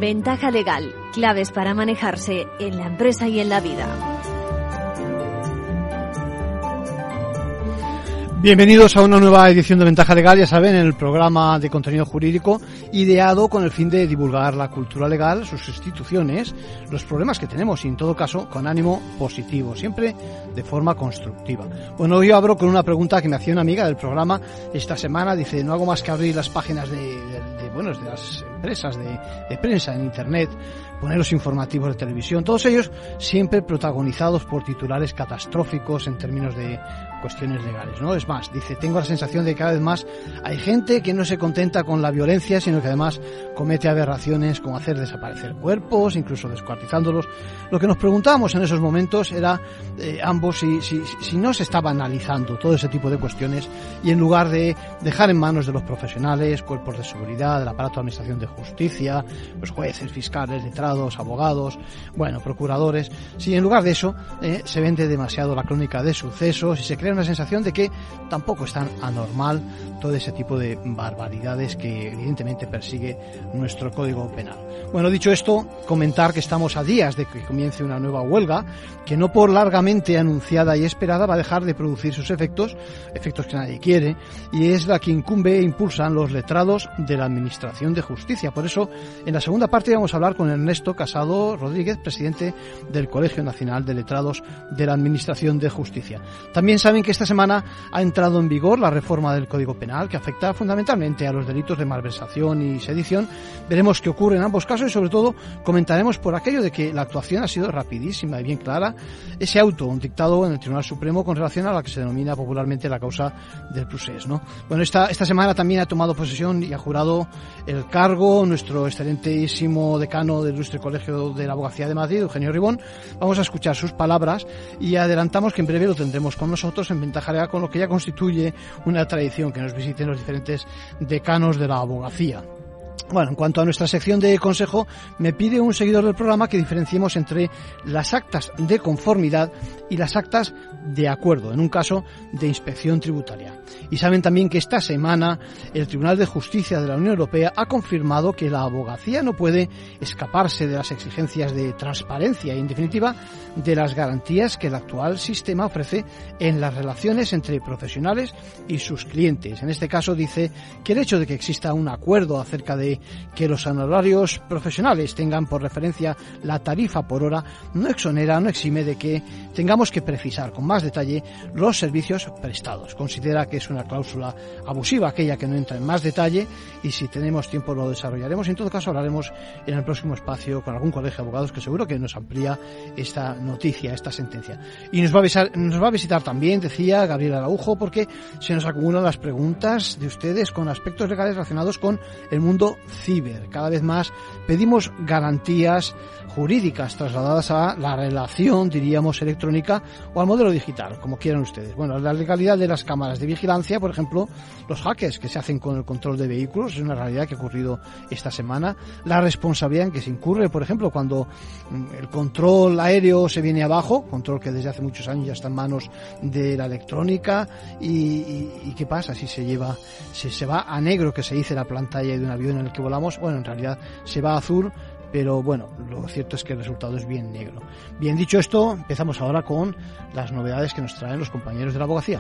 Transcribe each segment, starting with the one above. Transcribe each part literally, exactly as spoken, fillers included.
Ventaja Legal, claves para manejarse en la empresa y en la vida. Bienvenidos a una nueva edición de Ventaja Legal, ya saben, el programa de contenido jurídico ideado con el fin de divulgar la cultura legal, sus instituciones, los problemas que tenemos y en todo caso con ánimo positivo, siempre de forma constructiva. Bueno, hoy abro con una pregunta que me hacía una amiga del programa esta semana. Dice, no hago más que abrir las páginas de, de, de bueno, de las empresas de, de prensa en internet, poner los informativos de televisión, todos ellos siempre protagonizados por titulares catastróficos en términos de cuestiones legales, ¿no? Es más, dice, tengo la sensación de que cada vez más hay gente que no se contenta con la violencia, sino que además comete aberraciones como hacer desaparecer cuerpos, incluso descuartizándolos. Lo que nos preguntábamos en esos momentos era eh, ambos si, si, si no se estaba analizando todo ese tipo de cuestiones y en lugar de dejar en manos de los profesionales, cuerpos de seguridad, del aparato de administración de justicia, pues jueces, fiscales, letrados, abogados, bueno, procuradores, si en lugar de eso eh, se vende demasiado la crónica de sucesos y se crea una sensación de que tampoco es tan anormal todo ese tipo de barbaridades que evidentemente persigue nuestro Código Penal. Bueno, dicho esto, comentar que estamos a días de que comience una nueva huelga que no por largamente anunciada y esperada va a dejar de producir sus efectos, efectos que nadie quiere, y es la que incumbe e impulsan los letrados de la Administración de Justicia. Por eso, en la segunda parte vamos a hablar con Ernesto Casado Rodríguez, presidente del Colegio Nacional de Letrados de la Administración de Justicia. También saben que esta semana ha entrado en vigor la reforma del Código Penal que afecta fundamentalmente a los delitos de malversación y sedición. Veremos qué ocurre en ambos casos y sobre todo comentaremos por aquello de que la actuación ha sido rapidísima y bien clara, ese auto, un dictado en el Tribunal Supremo con relación a la que se denomina popularmente la causa del procés, ¿no? Bueno, esta, esta semana también ha tomado posesión y ha jurado el cargo nuestro excelentísimo decano del Ilustre Colegio de la Abogacía de Madrid, Eugenio Ribón. Vamos a escuchar sus palabras y adelantamos que en breve lo tendremos con nosotros en Ventaja Legal, con lo que ya constituye una tradición que nos visiten los diferentes decanos de la abogacía. Bueno, en cuanto a nuestra sección de consejo, me pide un seguidor del programa que diferenciemos entre las actas de conformidad y las actas de acuerdo, en un caso de inspección tributaria. Y saben también que esta semana el Tribunal de Justicia de la Unión Europea ha confirmado que la abogacía no puede escaparse de las exigencias de transparencia y, en definitiva, de las garantías que el actual sistema ofrece en las relaciones entre profesionales y sus clientes. En este caso dice que el hecho de que exista un acuerdo acerca de que los honorarios profesionales tengan por referencia la tarifa por hora no exonera, no exime de que tengamos que precisar con más detalle los servicios prestados. Considera que es una cláusula abusiva aquella que no entra en más detalle y si tenemos tiempo lo desarrollaremos. En todo caso hablaremos en el próximo espacio con algún colegio de abogados que seguro que nos amplía esta noticia, esta sentencia. Y nos va a visitar, nos va a visitar también, decía Gabriel Araujo, porque se nos acumulan las preguntas de ustedes con aspectos legales relacionados con el mundo ciber. Cada vez más pedimos garantías jurídicas trasladadas a la relación, diríamos, electrónica o al modelo digital, como quieran ustedes. Bueno, la legalidad de las cámaras de vigilancia, por ejemplo, los hackers que se hacen con el control de vehículos, es una realidad que ha ocurrido esta semana. La responsabilidad en que se incurre, por ejemplo, cuando el control aéreo se viene abajo, control que desde hace muchos años ya está en manos de la electrónica, y, y, y qué pasa si se lleva, si se va a negro, que se dice la pantalla de un avión en el que volamos. Bueno, en realidad se va a azul, pero bueno, lo cierto es que el resultado es bien negro. Bien, dicho esto, empezamos ahora con las novedades que nos traen los compañeros de la abogacía.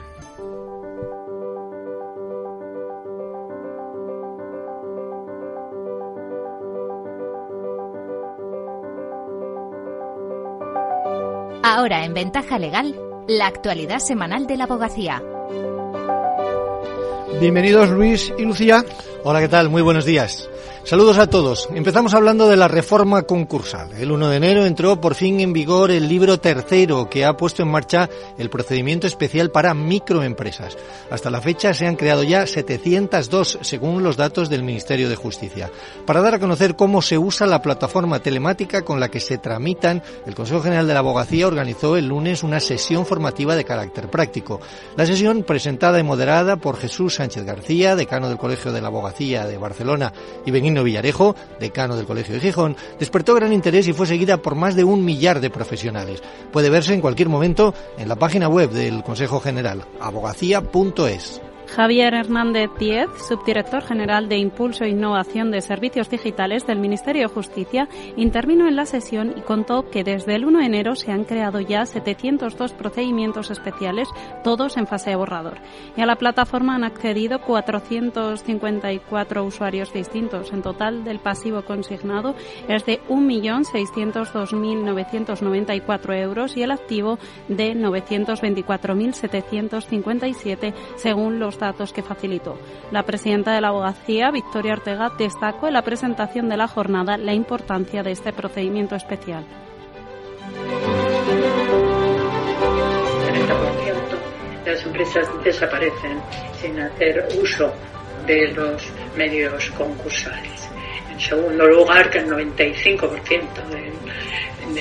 Ahora en Ventaja Legal, la actualidad semanal de la abogacía. Bienvenidos Luis y Lucía. Hola, ¿qué tal? Muy buenos días. Saludos a todos. Empezamos hablando de la reforma concursal. El uno de enero entró por fin en vigor el libro tercero que ha puesto en marcha el procedimiento especial para microempresas. Hasta la fecha se han creado ya setecientos dos según los datos del Ministerio de Justicia. Para dar a conocer cómo se usa la plataforma telemática con la que se tramitan, el Consejo General de la Abogacía organizó el lunes una sesión formativa de carácter práctico. La sesión, presentada y moderada por Jesús Sánchez García, decano del Colegio de la Abogacía de Barcelona, y Benigno Villarejo, decano del Colegio de Gijón, despertó gran interés y fue seguida por más de un millar de profesionales. Puede verse en cualquier momento en la página web del Consejo General, abogacía punto es. Javier Hernández Díez, subdirector general de Impulso e Innovación de Servicios Digitales del Ministerio de Justicia, intervino en la sesión y contó que desde el uno de enero se han creado ya setecientos dos procedimientos especiales, todos en fase de borrador. Y a la plataforma han accedido cuatrocientos cincuenta y cuatro usuarios distintos. En total, del pasivo consignado es de un millón seiscientos dos mil novecientos noventa y cuatro euros y el activo de novecientos veinticuatro mil setecientos cincuenta y siete, según los datos que facilitó. La presidenta de la Abogacía, Victoria Ortega, destacó en la presentación de la jornada la importancia de este procedimiento especial. treinta por ciento de las empresas desaparecen sin hacer uso de los medios concursales. En segundo lugar, que el noventa y cinco por ciento del,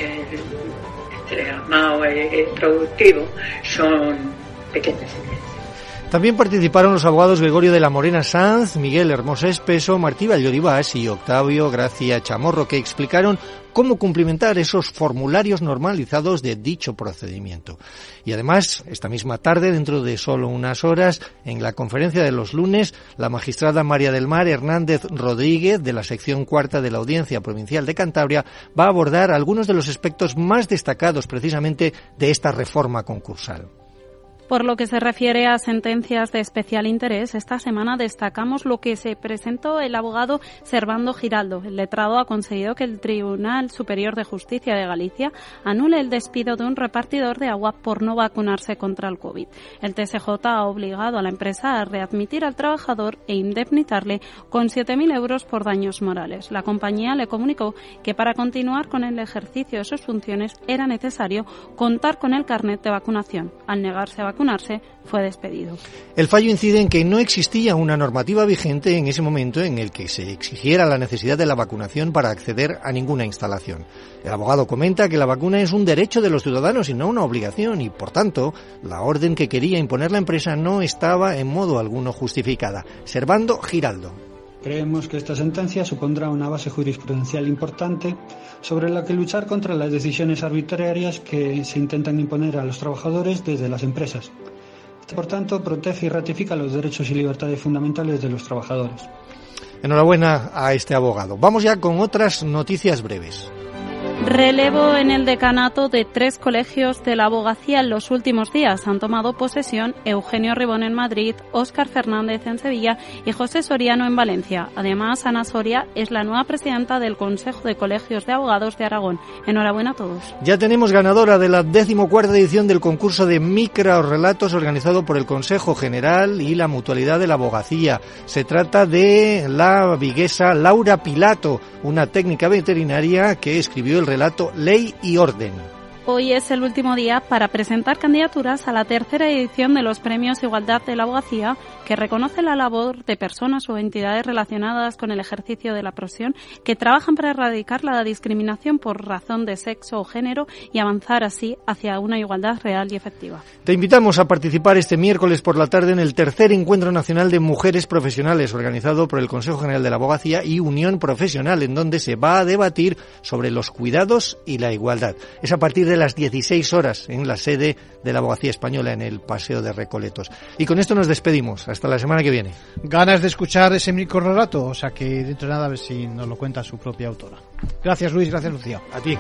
del entramado productivo son pequeñas empresas. También participaron los abogados Gregorio de la Morena Sanz, Miguel Hermosa Espeso, Martí Valloribás y Octavio Gracia Chamorro, que explicaron cómo cumplimentar esos formularios normalizados de dicho procedimiento. Y además, esta misma tarde, dentro de solo unas horas, en la conferencia de los lunes, la magistrada María del Mar Hernández Rodríguez, de la sección cuarta de la Audiencia Provincial de Cantabria, va a abordar algunos de los aspectos más destacados precisamente de esta reforma concursal. Por lo que se refiere a sentencias de especial interés, esta semana destacamos lo que se presentó el abogado Servando Giraldo. El letrado ha conseguido que el Tribunal Superior de Justicia de Galicia anule el despido de un repartidor de agua por no vacunarse contra el COVID. El T S J ha obligado a la empresa a readmitir al trabajador e indemnizarle con siete mil euros por daños morales. La compañía le comunicó que para continuar con el ejercicio de sus funciones era necesario contar con el carnet de vacunación. Al negarse a vacunarse, fue despedido. El fallo incide en que no existía una normativa vigente en ese momento en el que se exigiera la necesidad de la vacunación para acceder a ninguna instalación. El abogado comenta que la vacuna es un derecho de los ciudadanos y no una obligación y, por tanto, la orden que quería imponer la empresa no estaba en modo alguno justificada. Servando Giraldo. Creemos que esta sentencia supondrá una base jurisprudencial importante sobre la que luchar contra las decisiones arbitrarias que se intentan imponer a los trabajadores desde las empresas. Por tanto, protege y ratifica los derechos y libertades fundamentales de los trabajadores. Enhorabuena a este abogado. Vamos ya con otras noticias breves. Relevo en el decanato de tres colegios de la abogacía en los últimos días. Han tomado posesión Eugenio Ribón en Madrid, Óscar Fernández en Sevilla y José Soriano en Valencia. Además, Ana Soria es la nueva presidenta del Consejo de Colegios de Abogados de Aragón. Enhorabuena a todos. Ya tenemos ganadora de la decimocuarta edición del concurso de microrrelatos organizado por el Consejo General y la Mutualidad de la Abogacía. Se trata de la viguesa Laura Pilato, una técnica veterinaria que escribió el relato Ley y Orden. Hoy es el último día para presentar candidaturas a la tercera edición de los Premios Igualdad de la Abogacía, que reconoce la labor de personas o entidades relacionadas con el ejercicio de la profesión que trabajan para erradicar la discriminación por razón de sexo o género y avanzar así hacia una igualdad real y efectiva. Te invitamos a participar este miércoles por la tarde en el tercer Encuentro Nacional de Mujeres Profesionales, organizado por el Consejo General de la Abogacía y Unión Profesional, en donde se va a debatir sobre los cuidados y la igualdad. Es a partir de de las dieciséis horas en la sede de la Abogacía Española en el Paseo de Recoletos. Y con esto nos despedimos. Hasta la semana que viene. Ganas de escuchar ese microrelato, o sea que dentro de nada a ver si nos lo cuenta su propia autora. Gracias, Luis. Gracias, Lucía. A ti.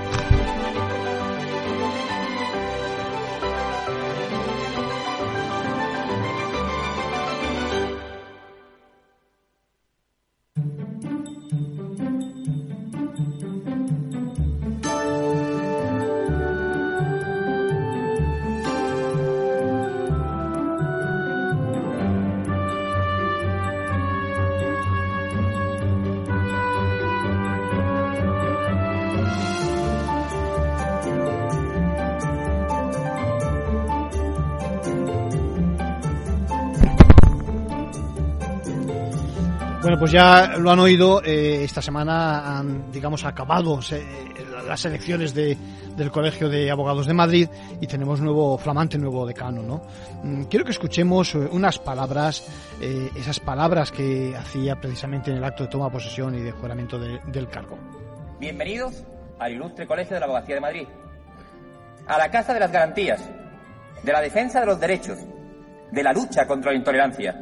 Bueno, pues ya lo han oído, eh, esta semana han, digamos, acabado eh, las elecciones de, del Colegio de Abogados de Madrid y tenemos nuevo, flamante nuevo decano, ¿no? Mm, quiero que escuchemos unas palabras, eh, esas palabras que hacía precisamente en el acto de toma de posesión y de juramento de, del cargo. Bienvenidos al ilustre Colegio de la Abogacía de Madrid, a la Casa de las Garantías, de la defensa de los derechos, de la lucha contra la intolerancia,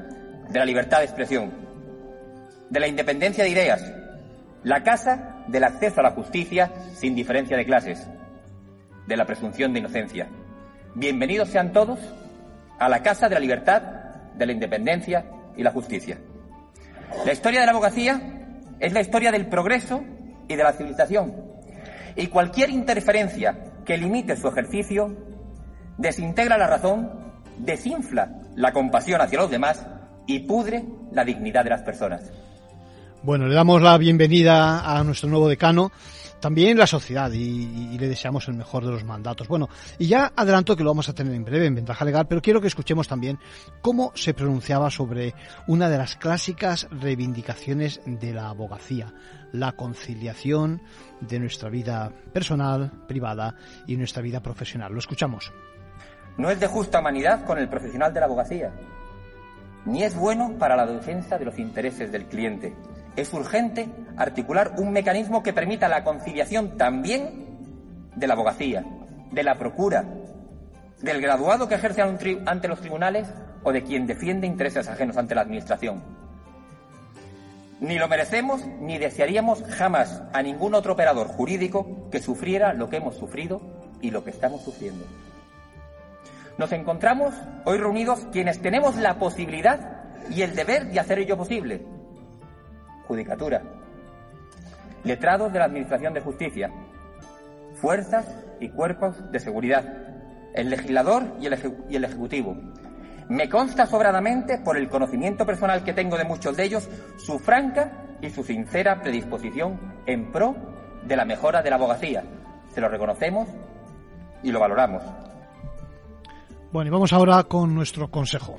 de la libertad de expresión, de la independencia de ideas, la casa del acceso a la justicia sin diferencia de clases, de la presunción de inocencia. Bienvenidos sean todos a la casa de la libertad, de la independencia y la justicia. La historia de la abogacía es la historia del progreso y de la civilización, y cualquier interferencia que limite su ejercicio desintegra la razón, desinfla la compasión hacia los demás y pudre la dignidad de las personas. Bueno, le damos la bienvenida a nuestro nuevo decano, también la sociedad, y, y le deseamos el mejor de los mandatos. Bueno, y ya adelanto que lo vamos a tener en breve en Ventaja Legal, pero quiero que escuchemos también cómo se pronunciaba sobre una de las clásicas reivindicaciones de la abogacía, la conciliación de nuestra vida personal, privada y nuestra vida profesional. Lo escuchamos. No es de justa humanidad con el profesional de la abogacía, ni es bueno para la defensa de los intereses del cliente. Es urgente articular un mecanismo que permita la conciliación también de la abogacía, de la procura, del graduado que ejerce ante los tribunales o de quien defiende intereses ajenos ante la administración. Ni lo merecemos ni desearíamos jamás a ningún otro operador jurídico que sufriera lo que hemos sufrido y lo que estamos sufriendo. Nos encontramos hoy reunidos quienes tenemos la posibilidad y el deber de hacer ello posible. Judicatura, letrados de la Administración de Justicia, fuerzas y cuerpos de seguridad, el legislador y el, eje- y el Ejecutivo. Me consta sobradamente, por el conocimiento personal que tengo de muchos de ellos, su franca y su sincera predisposición en pro de la mejora de la abogacía. Se lo reconocemos y lo valoramos. Bueno, y vamos ahora con nuestro consejo.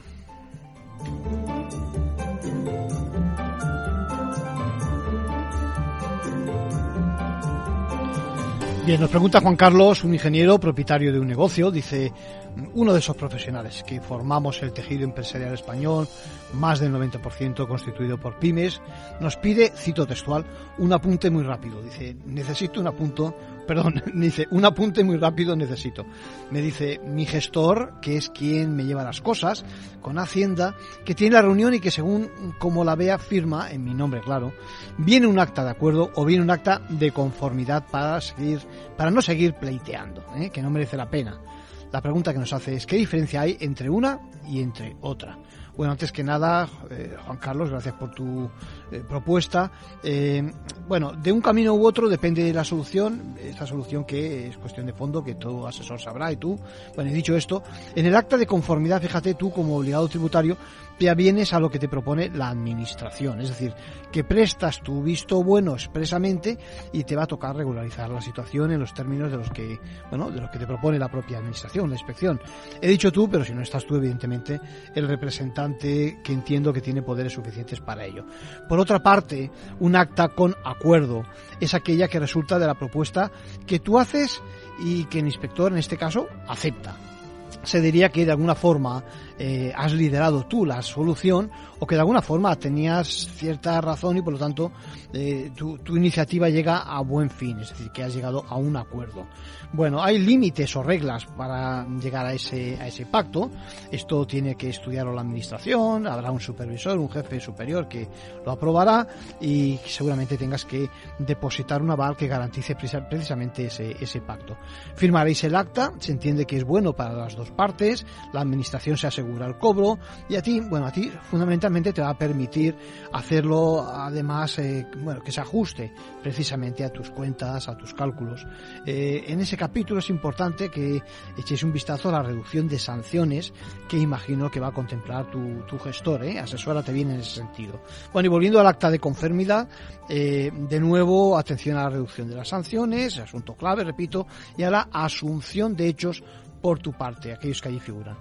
Bien, nos pregunta Juan Carlos, un ingeniero propietario de un negocio, dice, uno de esos profesionales que formamos el tejido empresarial español, más del noventa por ciento constituido por pymes, nos pide, cito textual, un apunte muy rápido. Dice, necesito un apunte, perdón, dice, un apunte muy rápido necesito. Me dice, mi gestor, que es quien me lleva las cosas, con Hacienda, que tiene la reunión y que según como la vea firma, en mi nombre claro, viene un acta de acuerdo o viene un acta de conformidad para seguir, para no seguir pleiteando, ¿eh? Que no merece la pena. La pregunta que nos hace es, ¿qué diferencia hay entre una y entre otra? Bueno, antes que nada, eh, Juan Carlos, gracias por tu eh, propuesta. Eh, bueno, de un camino u otro depende de la solución, esta solución que es cuestión de fondo, que todo asesor sabrá y tú. Bueno, he dicho esto, en el acta de conformidad, fíjate tú como obligado tributario, te avienes a lo que te propone la administración, es decir, que prestas tu visto bueno expresamente y te va a tocar regularizar la situación en los términos de los que, bueno, de los que te propone la propia administración, la inspección. He dicho tú, pero si no estás tú, evidentemente, el representante que entiendo que tiene poderes suficientes para ello. Por otra parte, un acta con acuerdo es aquella que resulta de la propuesta que tú haces y que el inspector, en este caso, acepta. Se diría que de alguna forma eh, has liderado tú la solución o que de alguna forma tenías cierta razón y por lo tanto eh, tu, tu iniciativa llega a buen fin, es decir, que has llegado a un acuerdo. Bueno, hay límites o reglas para llegar a ese, a ese pacto. Esto tiene que estudiarlo la administración, habrá un supervisor, un jefe superior que lo aprobará y seguramente tengas que depositar un aval que garantice precisamente ese, ese pacto. Firmaréis el acta, se entiende que es bueno para las dos partes, la administración se asegura el cobro y a ti, bueno, a ti fundamentalmente te va a permitir hacerlo además, eh, bueno, que se ajuste precisamente a tus cuentas, a tus cálculos. Eh, en ese capítulo es importante que echéis un vistazo a la reducción de sanciones que imagino que va a contemplar tu, tu gestor, ¿eh? Asesórate bien en ese sentido. Bueno, y volviendo al acta de conformidad, eh, de nuevo, atención a la reducción de las sanciones, asunto clave, repito, y a la asunción de hechos por tu parte, aquellos que allí figuran.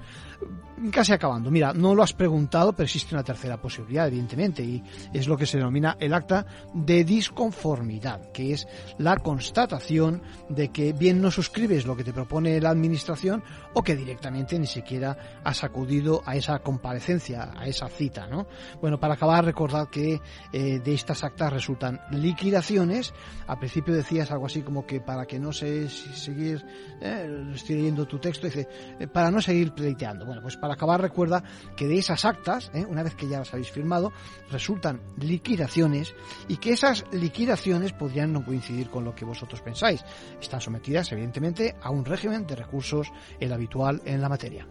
Casi acabando, mira, no lo has preguntado, pero existe una tercera posibilidad, evidentemente, y es lo que se denomina el acta de disconformidad, que es la constatación de que bien no suscribes lo que te propone la administración o que directamente ni siquiera has acudido a esa comparecencia, a esa cita, ¿no? Bueno, para acabar, recordad que eh, de estas actas resultan liquidaciones. Al principio decías algo así como que para que no se si seguir, eh, estoy leyendo tu texto, dice, eh, para no seguir pleiteando. Bueno, pues para acabar, recuerda que de esas actas, ¿eh? una vez que ya las habéis firmado, resultan liquidaciones y que esas liquidaciones podrían no coincidir con lo que vosotros pensáis. Están sometidas, evidentemente, a un régimen de recursos, el habitual en la materia.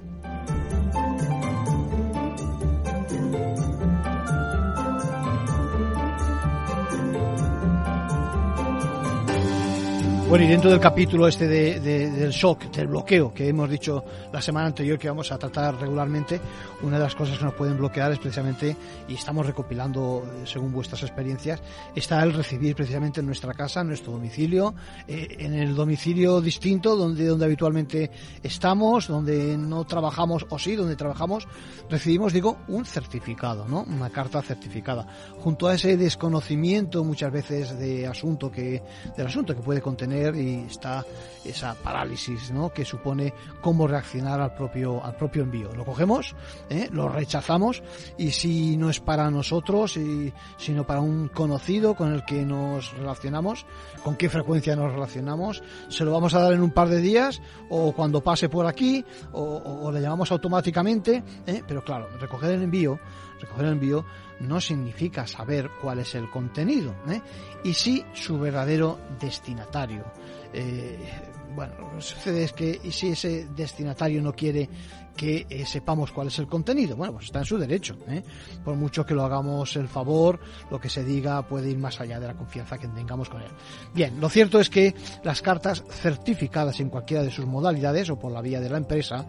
Bueno, y dentro del capítulo este de, de, del shock, del bloqueo, que hemos dicho la semana anterior que vamos a tratar regularmente, una de las cosas que nos pueden bloquear es precisamente, y estamos recopilando según vuestras experiencias, está el recibir precisamente en nuestra casa, en nuestro domicilio, eh, en el domicilio distinto donde, donde habitualmente estamos, donde no trabajamos, o sí, donde trabajamos, recibimos, digo, un certificado, ¿no? Una carta certificada. Junto a ese desconocimiento muchas veces de asunto que, del asunto que puede contener, y está esa parálisis, ¿no?, que supone cómo reaccionar al propio al propio envío. Lo cogemos, ¿eh? Lo rechazamos, y si no es para nosotros, y, sino para un conocido con el que nos relacionamos, con qué frecuencia nos relacionamos, se lo vamos a dar en un par de días o cuando pase por aquí, o, o, o le llamamos automáticamente, ¿eh? Pero claro, recoger el envío recoger el envío no significa saber cuál es el contenido, ¿eh? Y sí su verdadero destinatario. Eh, bueno, lo que sucede es que y si ese destinatario no quiere que eh, sepamos cuál es el contenido, bueno, pues está en su derecho, ¿eh? Por mucho que lo hagamos el favor, lo que se diga puede ir más allá de la confianza que tengamos con él. Bien, lo cierto es que las cartas certificadas en cualquiera de sus modalidades o por la vía de la empresa,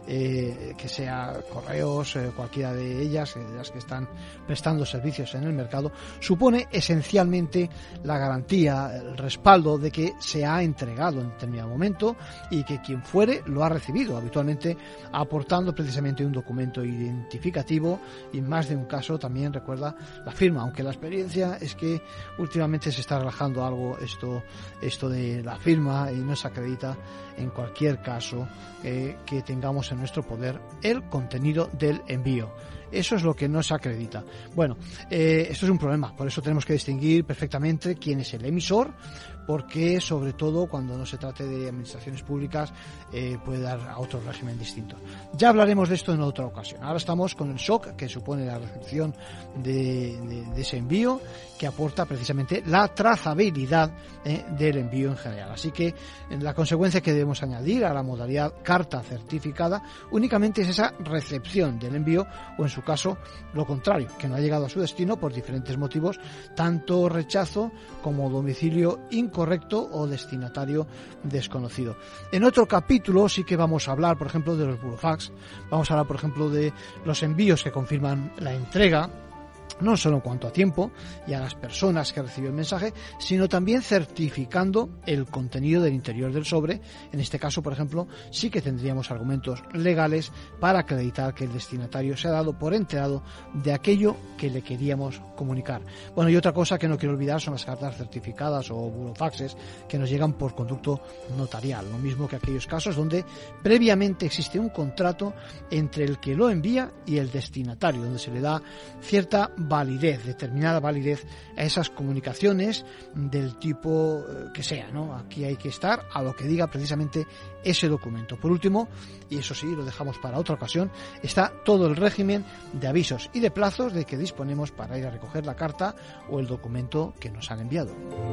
eh, que sea correos, eh, cualquiera de ellas, eh, de las que están prestando servicios en el mercado, supone esencialmente la garantía, el respaldo de que se ha entregado en determinado momento y que quien fuere lo ha recibido, habitualmente aportando precisamente un documento identificativo, y en más de un caso también recuerda la firma, aunque la experiencia es que últimamente se está relajando algo esto esto de la firma y no se acredita en cualquier caso eh, que tengamos en nuestro poder el contenido del envío. Eso es lo que no se acredita. Bueno, eh, esto es un problema, por eso tenemos que distinguir perfectamente quién es el emisor, porque sobre todo cuando no se trate de administraciones públicas eh, puede dar a otro régimen distinto. Ya hablaremos de esto en otra ocasión. Ahora estamos con el shock que supone la recepción de, de, de ese envío, que aporta precisamente la trazabilidad eh, del envío en general. Así que la consecuencia que debemos añadir a la modalidad carta certificada únicamente es esa recepción del envío, o en su caso lo contrario, que no ha llegado a su destino por diferentes motivos, tanto rechazo como domicilio incorrecto o destinatario desconocido. En otro capítulo sí que vamos a hablar, por ejemplo, de los burofax, vamos a hablar, por ejemplo, de los envíos que confirman la entrega, no solo en cuanto a tiempo y a las personas que reciben el mensaje, sino también certificando el contenido del interior del sobre. En este caso, por ejemplo, sí que tendríamos argumentos legales para acreditar que el destinatario se ha dado por enterado de aquello que le queríamos comunicar. Bueno, y otra cosa que no quiero olvidar son las cartas certificadas o burofaxes que nos llegan por conducto notarial, lo mismo que aquellos casos donde previamente existe un contrato entre el que lo envía y el destinatario, donde se le da cierta validez, determinada validez a esas comunicaciones del tipo que sea, ¿no? Aquí hay que estar a lo que diga precisamente ese documento. Por último, y eso sí, lo dejamos para otra ocasión, está todo el régimen de avisos y de plazos de que disponemos para ir a recoger la carta o el documento que nos han enviado.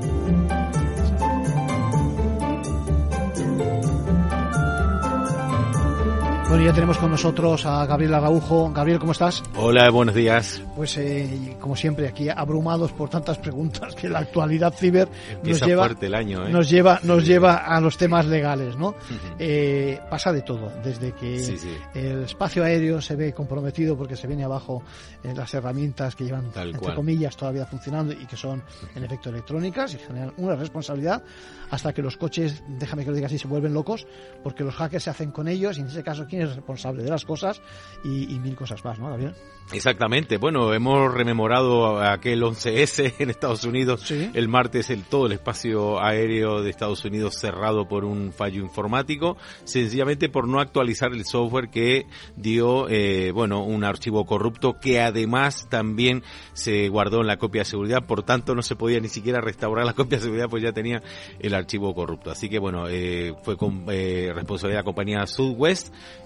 Bueno, ya tenemos con nosotros a Gabriel Araujo. Gabriel, ¿cómo estás? Hola, buenos días. Pues eh, como siempre aquí abrumados por tantas preguntas que la actualidad ciber Empieza nos lleva, fuerte el año, ¿eh? nos lleva, nos sí. lleva a los temas legales, ¿no? Uh-huh. Eh, pasa de todo, desde que sí, sí. el espacio aéreo se ve comprometido porque se viene abajo eh, las herramientas que llevan, Tal entre cual. comillas, todavía funcionando y que son en efecto electrónicas y generan una responsabilidad, hasta que los coches, déjame que lo diga así, se vuelven locos porque los hackers se hacen con ellos y en ese caso quién es responsable de las cosas y, y mil cosas más, ¿no, Gabriel? Exactamente. Bueno, hemos rememorado aquel once ese en Estados Unidos. Sí. El martes el todo el espacio aéreo de Estados Unidos cerrado por un fallo informático, sencillamente por no actualizar el software que dio, eh, bueno, un archivo corrupto que además también se guardó en la copia de seguridad. Por tanto, no se podía ni siquiera restaurar la copia de seguridad, pues ya tenía el archivo corrupto. Así que bueno, eh, fue con eh, responsabilidad de la compañía Southwest,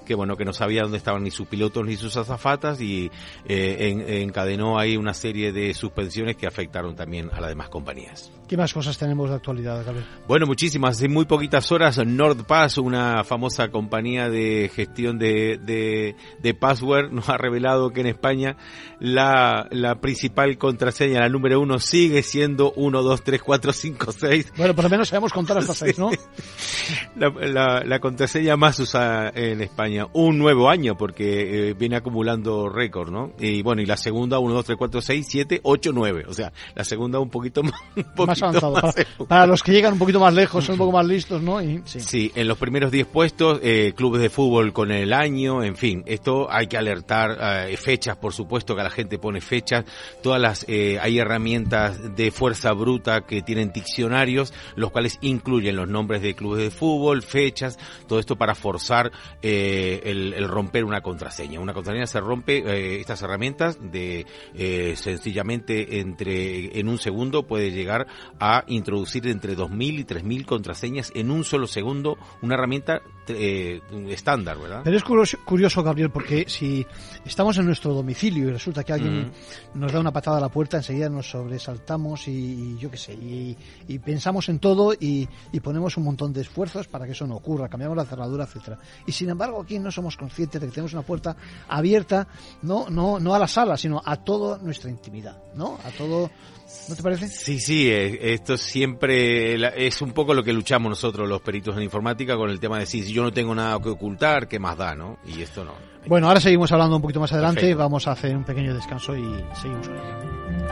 que bueno, que no sabía dónde estaban ni sus pilotos ni sus azafatas y eh, en, encadenó ahí una serie de suspensiones que afectaron también a las demás compañías. ¿Qué más cosas tenemos de actualidad, Gabriel? Bueno, muchísimas. Hace muy poquitas horas NordPass, una famosa compañía de gestión de, de, de password, nos ha revelado que en España la, la principal contraseña, la número uno, sigue siendo uno, dos, tres, cuatro, cinco, seis. Bueno, por lo menos sabemos contar hasta seis, ¿no? La, la, la contraseña más usada en España. Un nuevo año, porque eh, viene acumulando récord, ¿no? Y bueno, y la segunda, uno, dos, tres, cuatro, seis, siete, ocho, nueve. O sea, la segunda un poquito más... Un poquito más avanzado. Más para, para los que llegan un poquito más lejos, son un poco más listos, ¿no? Y, sí. sí, en los primeros diez puestos, eh, clubes de fútbol con el año, en fin, esto hay que alertar, eh, fechas, por supuesto, que la gente pone fechas, todas las, eh, hay herramientas de fuerza bruta que tienen diccionarios, los cuales incluyen los nombres de clubes de fútbol, fechas, todo esto para forzar eh, el, el romper una contraseña. Una contraseña se rompe, eh, estas herramientas, de eh, sencillamente entre en un segundo puede llegar a introducir entre dos mil y tres mil contraseñas en un solo segundo, una herramienta eh, estándar, ¿verdad? Pero es curioso, curioso, Gabriel, porque si estamos en nuestro domicilio y resulta que alguien mm. nos da una patada a la puerta, enseguida nos sobresaltamos y, y yo qué sé, y, y pensamos en todo y, y ponemos un montón de esfuerzos para que eso no ocurra, cambiamos la cerradura, etcétera. Y sin embargo aquí no somos conscientes de que tenemos una puerta abierta, no, no, no a la sala, sino a toda nuestra intimidad, ¿no? A todo... ¿No te parece? Sí, sí, esto siempre es un poco lo que luchamos nosotros los peritos en informática con el tema de si yo no tengo nada que ocultar, ¿qué más da, no? Y esto no. Bueno, ahora seguimos hablando un poquito más adelante, Perfecto. Vamos a hacer un pequeño descanso y seguimos con ello.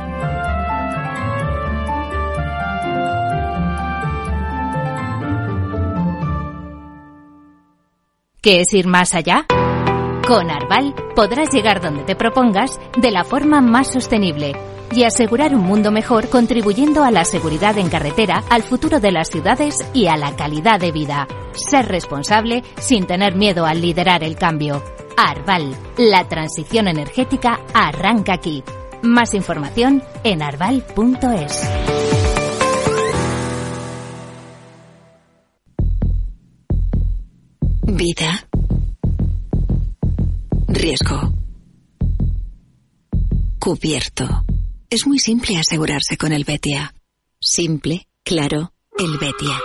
¿Qué es ir más allá? Con Arval podrás llegar donde te propongas de la forma más sostenible y asegurar un mundo mejor contribuyendo a la seguridad en carretera, al futuro de las ciudades y a la calidad de vida. Ser responsable sin tener miedo al liderar el cambio. Arval, la transición energética arranca aquí. Más información en arval punto es. Vida. Riesgo. Cubierto. Es muy simple asegurarse con el Betia. Simple, claro, el Betia.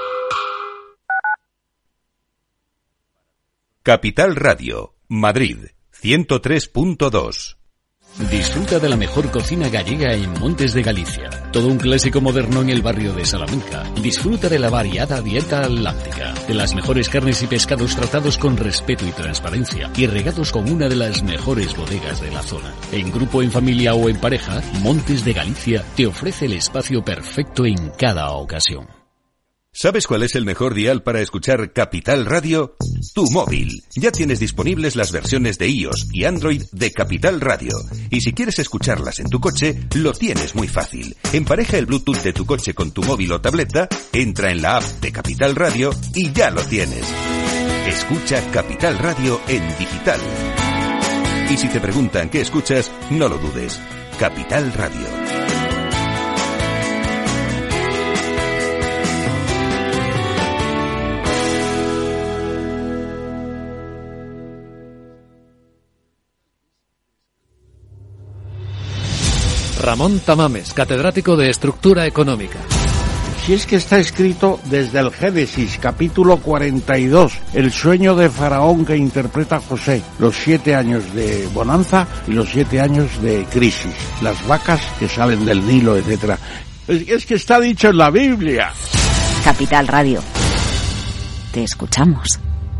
Capital Radio, Madrid, ciento tres punto dos. Disfruta de la mejor cocina gallega en Montes de Galicia. Todo un clásico moderno en el barrio de Salamanca. Disfruta de la variada dieta atlántica, de las mejores carnes y pescados tratados con respeto y transparencia y regados con una de las mejores bodegas de la zona. En grupo, en familia o en pareja, Montes de Galicia te ofrece el espacio perfecto en cada ocasión. ¿Sabes cuál es el mejor dial para escuchar Capital Radio? Tu móvil. Ya tienes disponibles las versiones de iOS y Android de Capital Radio. Y si quieres escucharlas en tu coche, lo tienes muy fácil. Empareja el Bluetooth de tu coche con tu móvil o tableta, entra en la app de Capital Radio y ya lo tienes. Escucha Capital Radio en digital. Y si te preguntan qué escuchas, no lo dudes. Capital Radio. Ramón Tamames, catedrático de Estructura Económica. Si es que está escrito desde el Génesis, capítulo cuarenta y dos, el sueño de Faraón que interpreta José, los siete años de bonanza y los siete años de crisis, las vacas que salen del Nilo, etcétera. Es, es que está dicho en la Biblia. Capital Radio. Te escuchamos.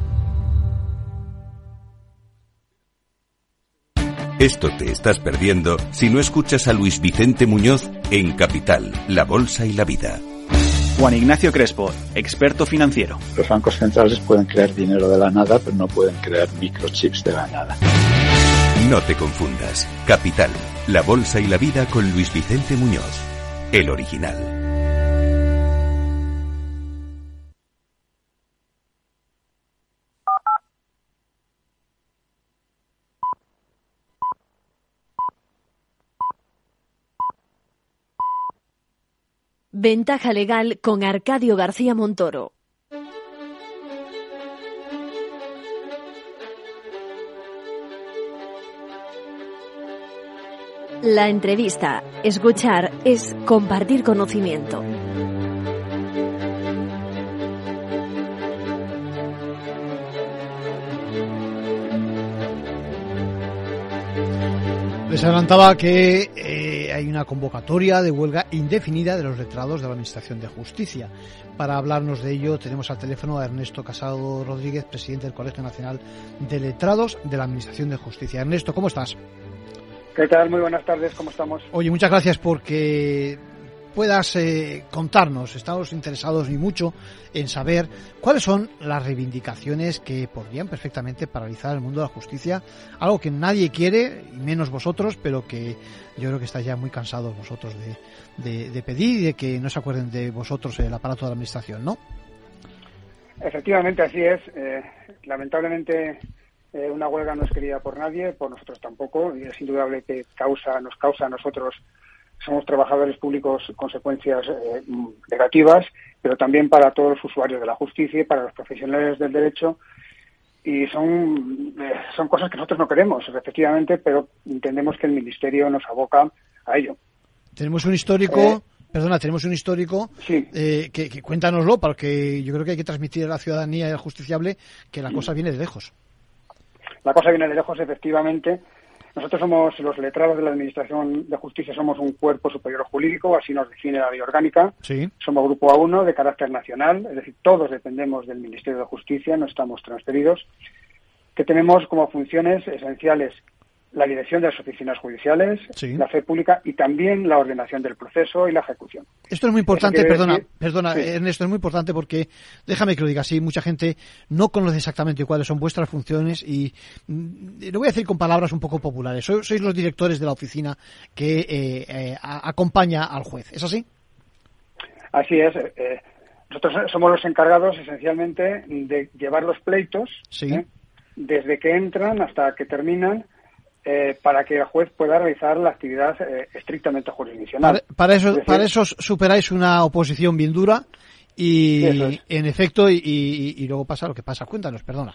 Esto te estás perdiendo si no escuchas a Luis Vicente Muñoz en Capital, la Bolsa y la Vida. Juan Ignacio Crespo, experto financiero. Los bancos centrales pueden crear dinero de la nada, pero no pueden crear microchips de la nada. No te confundas. Capital, la Bolsa y la Vida con Luis Vicente Muñoz, el original. Ventaja legal con Arcadio García Montoro. La entrevista. Escuchar es compartir conocimiento. Les adelantaba que eh, hay una convocatoria de huelga indefinida de los letrados de la Administración de Justicia. Para hablarnos de ello tenemos al teléfono a Ernesto Casado Rodríguez, presidente del Colegio Nacional de Letrados de la Administración de Justicia. Ernesto, ¿cómo estás? ¿Qué tal? Muy buenas tardes, ¿cómo estamos? Oye, muchas gracias porque puedas eh, contarnos, estamos interesados y mucho en saber cuáles son las reivindicaciones que podrían perfectamente paralizar el mundo de la justicia, algo que nadie quiere, y menos vosotros, pero que yo creo que estáis ya muy cansados vosotros de, de, de pedir y de que no se acuerden de vosotros el aparato de la administración, ¿no? Efectivamente, así es. Eh, lamentablemente eh, una huelga no es querida por nadie, por nosotros tampoco, y es indudable que causa, nos causa a nosotros. Somos trabajadores públicos, consecuencias eh, negativas, pero también para todos los usuarios de la justicia y para los profesionales del derecho. Y son, eh, son cosas que nosotros no queremos, efectivamente, pero entendemos que el Ministerio nos aboca a ello. Tenemos un histórico, eh, perdona, tenemos un histórico, sí. eh, que, que cuéntanoslo, porque yo creo que hay que transmitir a la ciudadanía y al justiciable que la cosa viene de lejos. La cosa viene de lejos, efectivamente. Nosotros somos los letrados de la Administración de Justicia, somos un cuerpo superior jurídico, así nos define la ley orgánica. Sí. Somos grupo A uno de carácter nacional, es decir, todos dependemos del Ministerio de Justicia, no estamos transferidos, que tenemos como funciones esenciales la dirección de las oficinas judiciales, sí. la fe pública y también la ordenación del proceso y la ejecución. Esto es muy importante, perdona, decir, perdona sí. Ernesto, es muy importante porque, déjame que lo diga así, mucha gente no conoce exactamente cuáles son vuestras funciones y mm, lo voy a decir con palabras un poco populares. Sois, sois los directores de la oficina que eh, eh, a, acompaña al juez, ¿es así? Así es. Eh, nosotros somos los encargados esencialmente de llevar los pleitos, sí. ¿eh? desde que entran hasta que terminan, Eh, para que el juez pueda realizar la actividad eh, estrictamente jurisdiccional. Para, para eso, decir, para eso superáis una oposición bien dura y, es. en efecto, y, y, y luego pasa lo que pasa. Cuéntanos, perdona.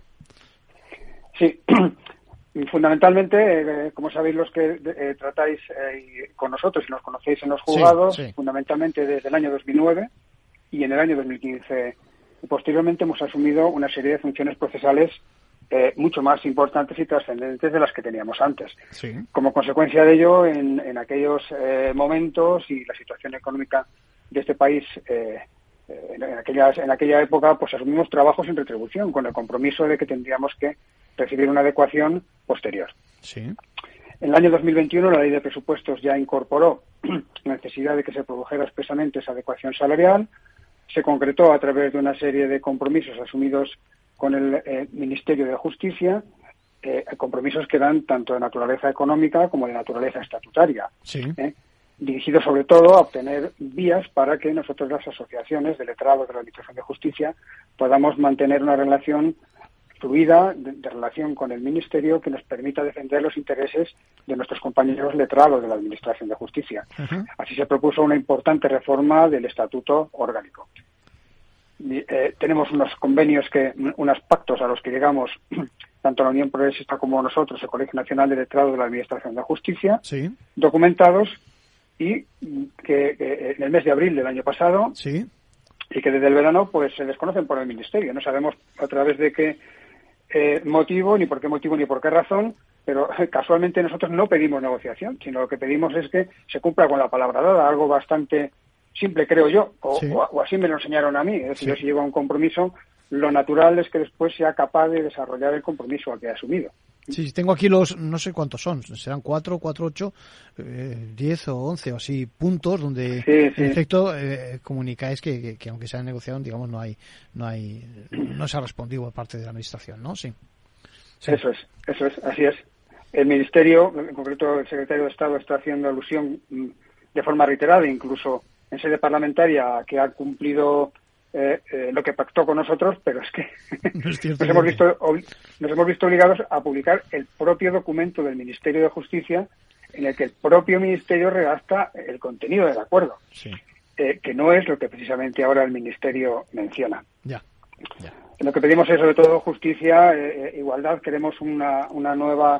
Sí, fundamentalmente, eh, como sabéis los que eh, tratáis eh, con nosotros y nos conocéis en los juzgados, sí, sí. fundamentalmente desde el año dos mil nueve y en el año dos mil quince y posteriormente hemos asumido una serie de funciones procesales Eh, mucho más importantes y trascendentes de las que teníamos antes. Sí. Como consecuencia de ello, en, en aquellos eh, momentos y la situación económica de este país, eh, en, aquellas, en aquella época, pues asumimos trabajos sin retribución, con el compromiso de que tendríamos que recibir una adecuación posterior. Sí. En el año dos mil veintiuno, la Ley de Presupuestos ya incorporó la necesidad de que se produjera expresamente esa adecuación salarial, se concretó a través de una serie de compromisos asumidos con el eh, Ministerio de Justicia, eh, compromisos que dan tanto de naturaleza económica como de naturaleza estatutaria, sí. eh, dirigidos sobre todo a obtener vías para que nosotros, las asociaciones de letrados de la Administración de Justicia, podamos mantener una relación fluida de, de relación con el Ministerio que nos permita defender los intereses de nuestros compañeros letrados de la Administración de Justicia. Uh-huh. Así se propuso una importante reforma del Estatuto Orgánico. Y, eh, tenemos unos convenios, que unos pactos a los que llegamos tanto la Unión Progresista como nosotros, el Colegio Nacional de Letrados de la Administración de Justicia, sí. documentados y que, que en el mes de abril del año pasado sí. y que desde el verano pues se desconocen por el Ministerio. No sabemos a través de qué eh, motivo, ni por qué motivo, ni por qué razón, pero eh, casualmente nosotros no pedimos negociación, sino lo que pedimos es que se cumpla con la palabra dada, algo bastante simple, creo yo, o, sí. o, o así me lo enseñaron a mí. Es decir, sí. yo si llego a un compromiso, lo natural es que después sea capaz de desarrollar el compromiso al que he asumido. Sí, tengo aquí los, no sé cuántos son, serán cuatro, cuatro, ocho, eh, diez o once o así puntos donde sí, sí. en efecto eh, comunicáis que, que, que aunque se ha negociado, digamos, no hay, no hay, no se ha respondido por parte de la administración, ¿no? Sí. sí. Eso es, eso es, así es. El Ministerio, en concreto el Secretario de Estado, está haciendo alusión de forma reiterada, incluso en sede parlamentaria, que ha cumplido eh, eh, lo que pactó con nosotros, pero es que no es nos, hemos visto, nos hemos visto obligados a publicar el propio documento del Ministerio de Justicia en el que el propio Ministerio redacta el contenido del acuerdo, sí. eh, que no es lo que precisamente ahora el Ministerio menciona. Ya, ya. Lo que pedimos es sobre todo justicia, eh, igualdad. Queremos una, una nueva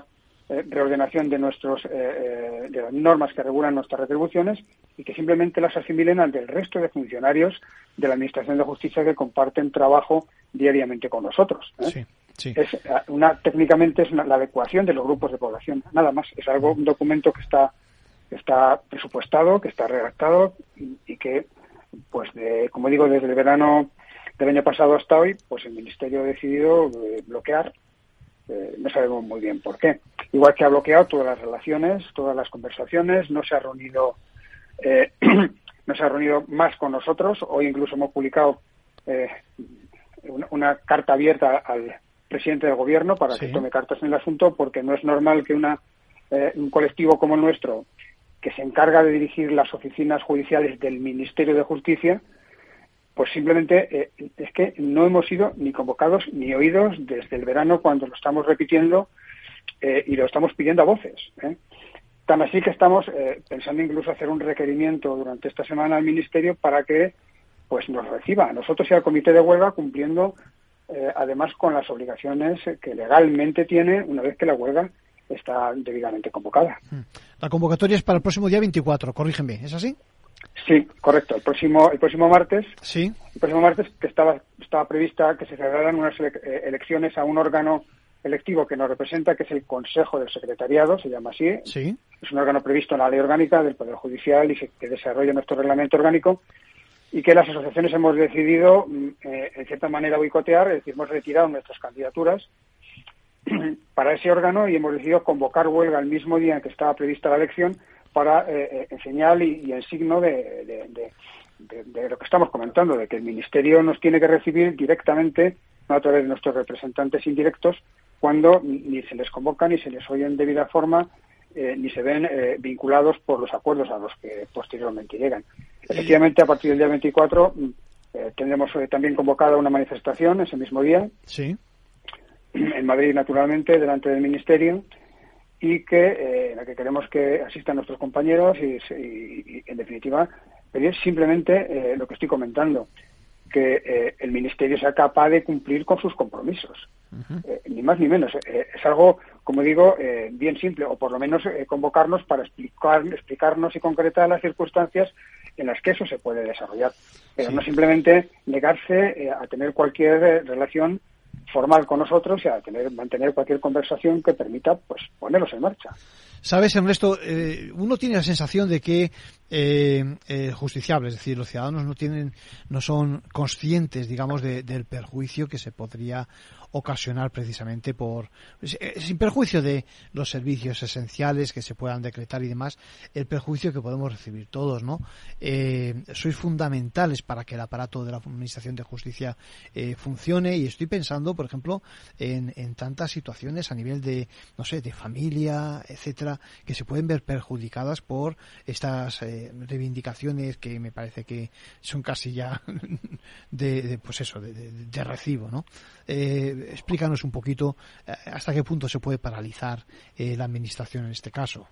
eh, reordenación de nuestros eh, eh, de las normas que regulan nuestras retribuciones y que simplemente las asimilen al del resto de funcionarios de la Administración de Justicia que comparten trabajo diariamente con nosotros, ¿eh? Sí, sí. Es una técnicamente es una, la adecuación de los grupos de población, nada más. Es algo un documento que está que está presupuestado, que está redactado y, y que, pues, de, como digo, desde el verano del año pasado hasta hoy, pues el Ministerio ha decidido eh, bloquear. Eh, no sabemos muy bien por qué. Igual que ha bloqueado todas las relaciones, todas las conversaciones, no se ha reunido, eh, no se ha reunido más con nosotros. Hoy incluso hemos publicado eh, una, una carta abierta al presidente del Gobierno para sí. que tome cartas en el asunto, porque no es normal que una eh, un colectivo como el nuestro, que se encarga de dirigir las oficinas judiciales del Ministerio de Justicia, pues simplemente eh, es que no hemos sido ni convocados ni oídos desde el verano, cuando lo estamos repitiendo eh, y lo estamos pidiendo a voces, ¿eh? Tan así que estamos eh, pensando incluso hacer un requerimiento durante esta semana al Ministerio para que pues nos reciba a nosotros y al Comité de Huelga, cumpliendo eh, además con las obligaciones que legalmente tiene una vez que la huelga está debidamente convocada. La convocatoria es para el próximo día veinticuatro, corrígeme, ¿es así? Sí, correcto. El próximo el próximo martes, sí. El próximo martes que estaba estaba prevista que se celebraran unas ele- elecciones a un órgano electivo que nos representa, que es el Consejo del Secretariado, se llama así. Sí. Es un órgano previsto en la Ley Orgánica del Poder Judicial y que desarrolla nuestro reglamento orgánico, y que las asociaciones hemos decidido, eh, en cierta manera, boicotear, es decir, hemos retirado nuestras candidaturas para ese órgano y hemos decidido convocar huelga el mismo día en que estaba prevista la elección, para eh, en señal y, y en signo de, de, de, de, de lo que estamos comentando, de que el Ministerio nos tiene que recibir directamente, no a través de nuestros representantes indirectos, cuando ni se les convoca, ni se les oye en debida forma, eh, ni se ven eh, vinculados por los acuerdos a los que posteriormente llegan. Efectivamente, a partir del día veinticuatro eh, tendremos eh, también convocada una manifestación ese mismo día, sí. en Madrid, naturalmente, delante del Ministerio, y que eh, en la que queremos que asistan nuestros compañeros y, y, y en definitiva, pedir simplemente eh, lo que estoy comentando, que eh, el Ministerio sea capaz de cumplir con sus compromisos, uh-huh. eh, ni más ni menos. Eh, es algo, como digo, eh, bien simple, o por lo menos eh, convocarnos para explicar, explicarnos y concretar las circunstancias en las que eso se puede desarrollar, pero sí. no simplemente negarse eh, a tener cualquier eh, relación formal con nosotros y a tener, mantener cualquier conversación que permita pues ponerlos en marcha. Sabes, Ernesto, eh, uno tiene la sensación de que eh, eh, justiciables, es decir, los ciudadanos no tienen, no son conscientes, digamos, de, del perjuicio que se podría ocasionar precisamente por, sin perjuicio de los servicios esenciales que se puedan decretar y demás, el perjuicio que podemos recibir todos, ¿no? Eh, sois fundamentales para que el aparato de la Administración de Justicia eh, funcione, y estoy pensando, por ejemplo, en, en tantas situaciones a nivel de, no sé, de familia, etcétera, que se pueden ver perjudicadas por estas eh, reivindicaciones que me parece que son casi ya de, de pues eso, de, de, de recibo, ¿no? Eh, explícanos un poquito eh, hasta qué punto se puede paralizar eh, la administración en este caso.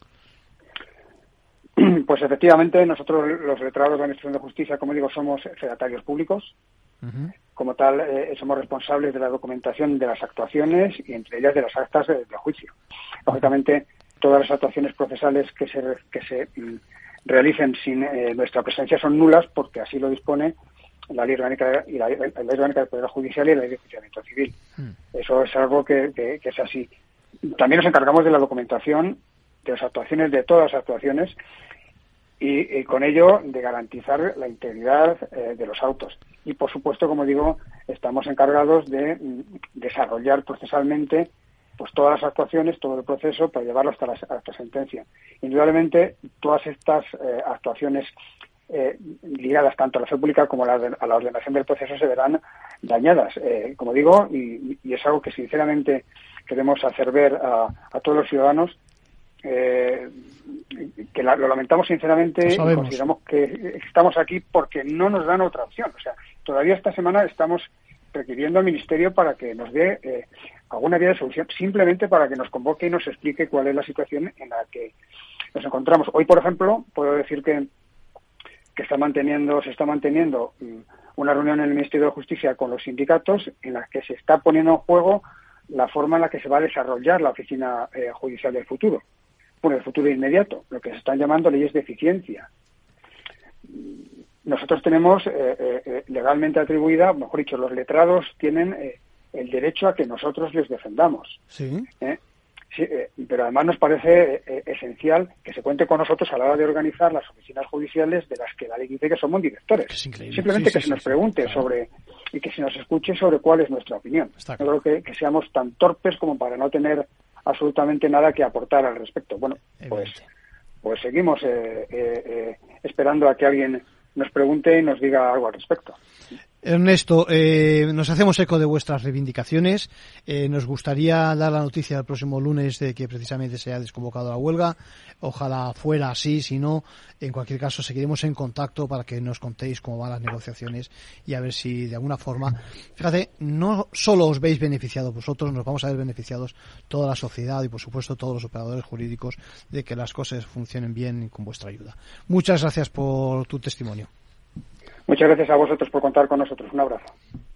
Pues efectivamente, nosotros los letrados de la Administración de Justicia, como digo, somos fedatarios públicos. Uh-huh. Como tal, eh, somos responsables de la documentación de las actuaciones y entre ellas de las actas de, de juicio. Lógicamente, todas las actuaciones procesales que se que se mm, realicen sin eh, nuestra presencia son nulas, porque así lo dispone la Ley Orgánica y la, la Ley Orgánica del Poder Judicial y la Ley de Enjuiciamiento Civil. Mm. Eso es algo que, que, que es así. También nos encargamos de la documentación de las actuaciones, de todas las actuaciones, y, y con ello de garantizar la integridad eh, de los autos. Y, por supuesto, como digo, estamos encargados de mm, desarrollar procesalmente pues todas las actuaciones, todo el proceso, para llevarlo hasta la, hasta sentencia. Indudablemente, todas estas eh, actuaciones eh, ligadas tanto a la fe pública como a la, a la ordenación del proceso se verán dañadas, eh, como digo, y, y es algo que sinceramente queremos hacer ver a, a todos los ciudadanos, eh, que la, lo lamentamos sinceramente y consideramos que estamos aquí porque no nos dan otra opción. O sea, todavía esta semana estamos requiriendo al Ministerio para que nos dé eh, alguna vía de solución, simplemente para que nos convoque y nos explique cuál es la situación en la que nos encontramos. Hoy, por ejemplo, puedo decir que, que está manteniendo, se está manteniendo um, una reunión en el Ministerio de Justicia con los sindicatos en la que se está poniendo en juego la forma en la que se va a desarrollar la oficina eh, judicial del futuro, bueno, el futuro inmediato, lo que se están llamando leyes de eficiencia. Nosotros tenemos eh, eh, legalmente atribuida, mejor dicho, los letrados tienen eh, el derecho a que nosotros les defendamos. Sí. ¿eh? Sí, eh, pero además nos parece eh, esencial que se cuente con nosotros a la hora de organizar las oficinas judiciales de las que la ley dice que somos directores. Es increíble. Simplemente sí, que sí, se nos sí, pregunte claro. sobre y que se nos escuche sobre cuál es nuestra opinión. Está Yo claro. creo que, que seamos tan torpes como para no tener absolutamente nada que aportar al respecto. Bueno, pues, pues seguimos eh, eh, eh, esperando a que alguien nos pregunte y nos diga algo al respecto. Ernesto, eh, nos hacemos eco de vuestras reivindicaciones. Eh, nos gustaría dar la noticia el próximo lunes de que precisamente se haya desconvocado la huelga. Ojalá fuera así, si no, en cualquier caso seguiremos en contacto para que nos contéis cómo van las negociaciones y a ver si de alguna forma, fíjate, no solo os veis beneficiados vosotros, nos vamos a ver beneficiados toda la sociedad y por supuesto todos los operadores jurídicos de que las cosas funcionen bien con vuestra ayuda. Muchas gracias por tu testimonio. Muchas gracias a vosotros por contar con nosotros. Un abrazo.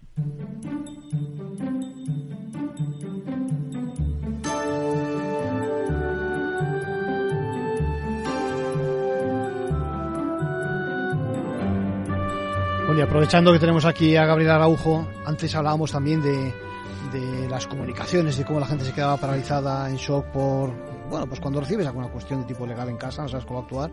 Bueno, y aprovechando que tenemos aquí a Gabriel Araujo, antes hablábamos también de, de las comunicaciones, de cómo la gente se quedaba paralizada en shock por, bueno, pues cuando recibes alguna cuestión de tipo legal en casa, no sabes cómo actuar.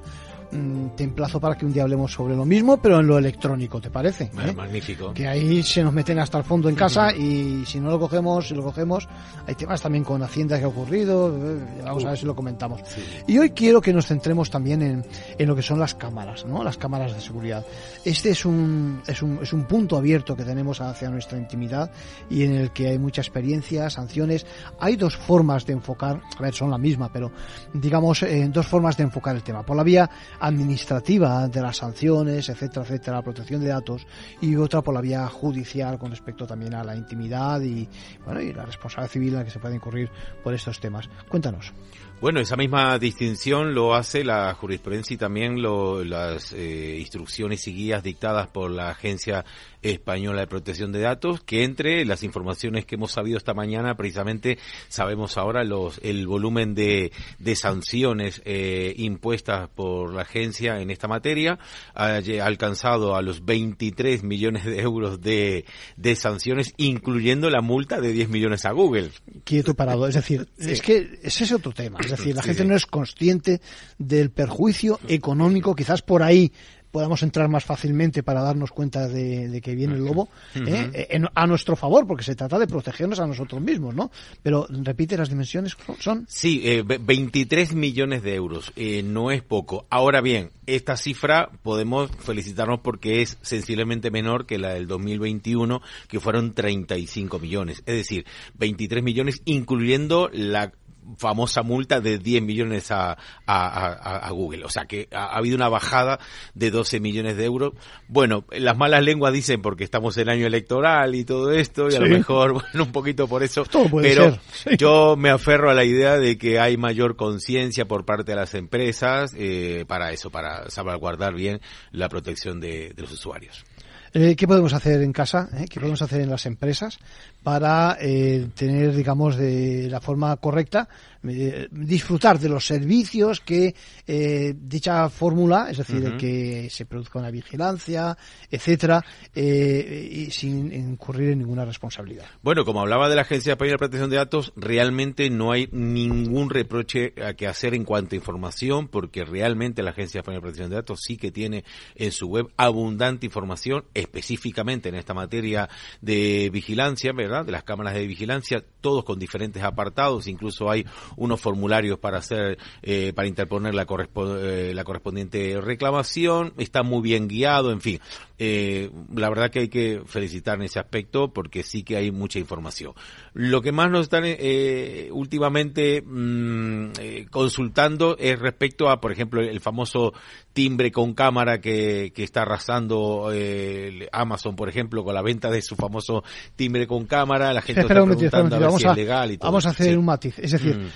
Te emplazo para que un día hablemos sobre lo mismo, pero en lo electrónico, ¿te parece? Bueno, ¿Eh? magnífico. Que ahí se nos meten hasta el fondo en casa uh-huh. y si no lo cogemos, si lo cogemos, hay temas también con Hacienda que ha ocurrido, vamos uh. a ver si lo comentamos. Sí. Y hoy quiero que nos centremos también en, en lo que son las cámaras, ¿no? Las cámaras de seguridad. Este es un, es un, es un punto abierto que tenemos hacia nuestra intimidad y en el que hay mucha experiencia, sanciones. Hay dos formas de enfocar, a ver, son la misma, pero digamos, eh, dos formas de enfocar el tema. Por la vía administrativa de las sanciones, etcétera, etcétera, la protección de datos, y otra por la vía judicial con respecto también a la intimidad y, bueno, y la responsabilidad civil en la que se puede incurrir por estos temas. Cuéntanos. Bueno, esa misma distinción lo hace la jurisprudencia y también lo, las eh, instrucciones y guías dictadas por la Agencia Española de Protección de Datos, que entre las informaciones que hemos sabido esta mañana, precisamente sabemos ahora los el volumen de, de sanciones eh, impuestas por la agencia en esta materia, ha alcanzado a los veintitrés millones de euros de, de sanciones, incluyendo la multa de diez millones a Google. Quieto parado, es decir, sí. es que ese es otro tema. Es decir, la sí, gente sí. no es consciente del perjuicio económico, quizás por ahí podamos entrar más fácilmente para darnos cuenta de, de que viene el lobo, uh-huh. ¿eh? en, a nuestro favor, porque se trata de protegernos a nosotros mismos, ¿no? Pero, repite, las dimensiones son... Sí, eh, veintitrés millones de euros, eh, no es poco. Ahora bien, esta cifra podemos felicitarnos porque es sensiblemente menor que la del dos mil veintiuno, que fueron treinta y cinco millones. Es decir, veintitrés millones, incluyendo la famosa multa de diez millones a, a, a, a Google. O sea que ha, ha habido una bajada de doce millones de euros. Bueno, las malas lenguas dicen porque estamos en año electoral y todo esto, y sí. a lo mejor, bueno, un poquito por eso. Todo puede pero ser. Sí. Yo me aferro a la idea de que hay mayor conciencia por parte de las empresas eh, para eso, para salvaguardar bien la protección de, de los usuarios. Eh, ¿Qué podemos hacer en casa? Eh? ¿Qué podemos hacer en las empresas para eh, tener, digamos, de la forma correcta, eh, disfrutar de los servicios que eh, dicha fórmula, es decir, uh-huh. que se produzca una vigilancia, etcétera, eh, y sin incurrir en ninguna responsabilidad? Bueno, como hablaba de la Agencia Española de Protección de Datos, realmente no hay ningún reproche a que hacer en cuanto a información, porque realmente la Agencia Española de Protección de Datos sí que tiene en su web abundante información, específicamente en esta materia de vigilancia, ¿verdad?, de las cámaras de vigilancia, todos con diferentes apartados, incluso hay unos formularios para hacer, eh, para interponer la, correspo- eh, la correspondiente reclamación, está muy bien guiado, en fin, eh, la verdad que hay que felicitar en ese aspecto porque sí que hay mucha información. Lo que más nos están eh, últimamente mmm, eh, consultando es respecto a, por ejemplo, el famoso timbre con cámara que, que está arrasando eh, Amazon, por ejemplo, con la venta de su famoso timbre con cámara. La gente espera, está espera, preguntando espera, a ver vamos si a, es legal y todo. Vamos a hacer sí. un matiz. Es decir, mm.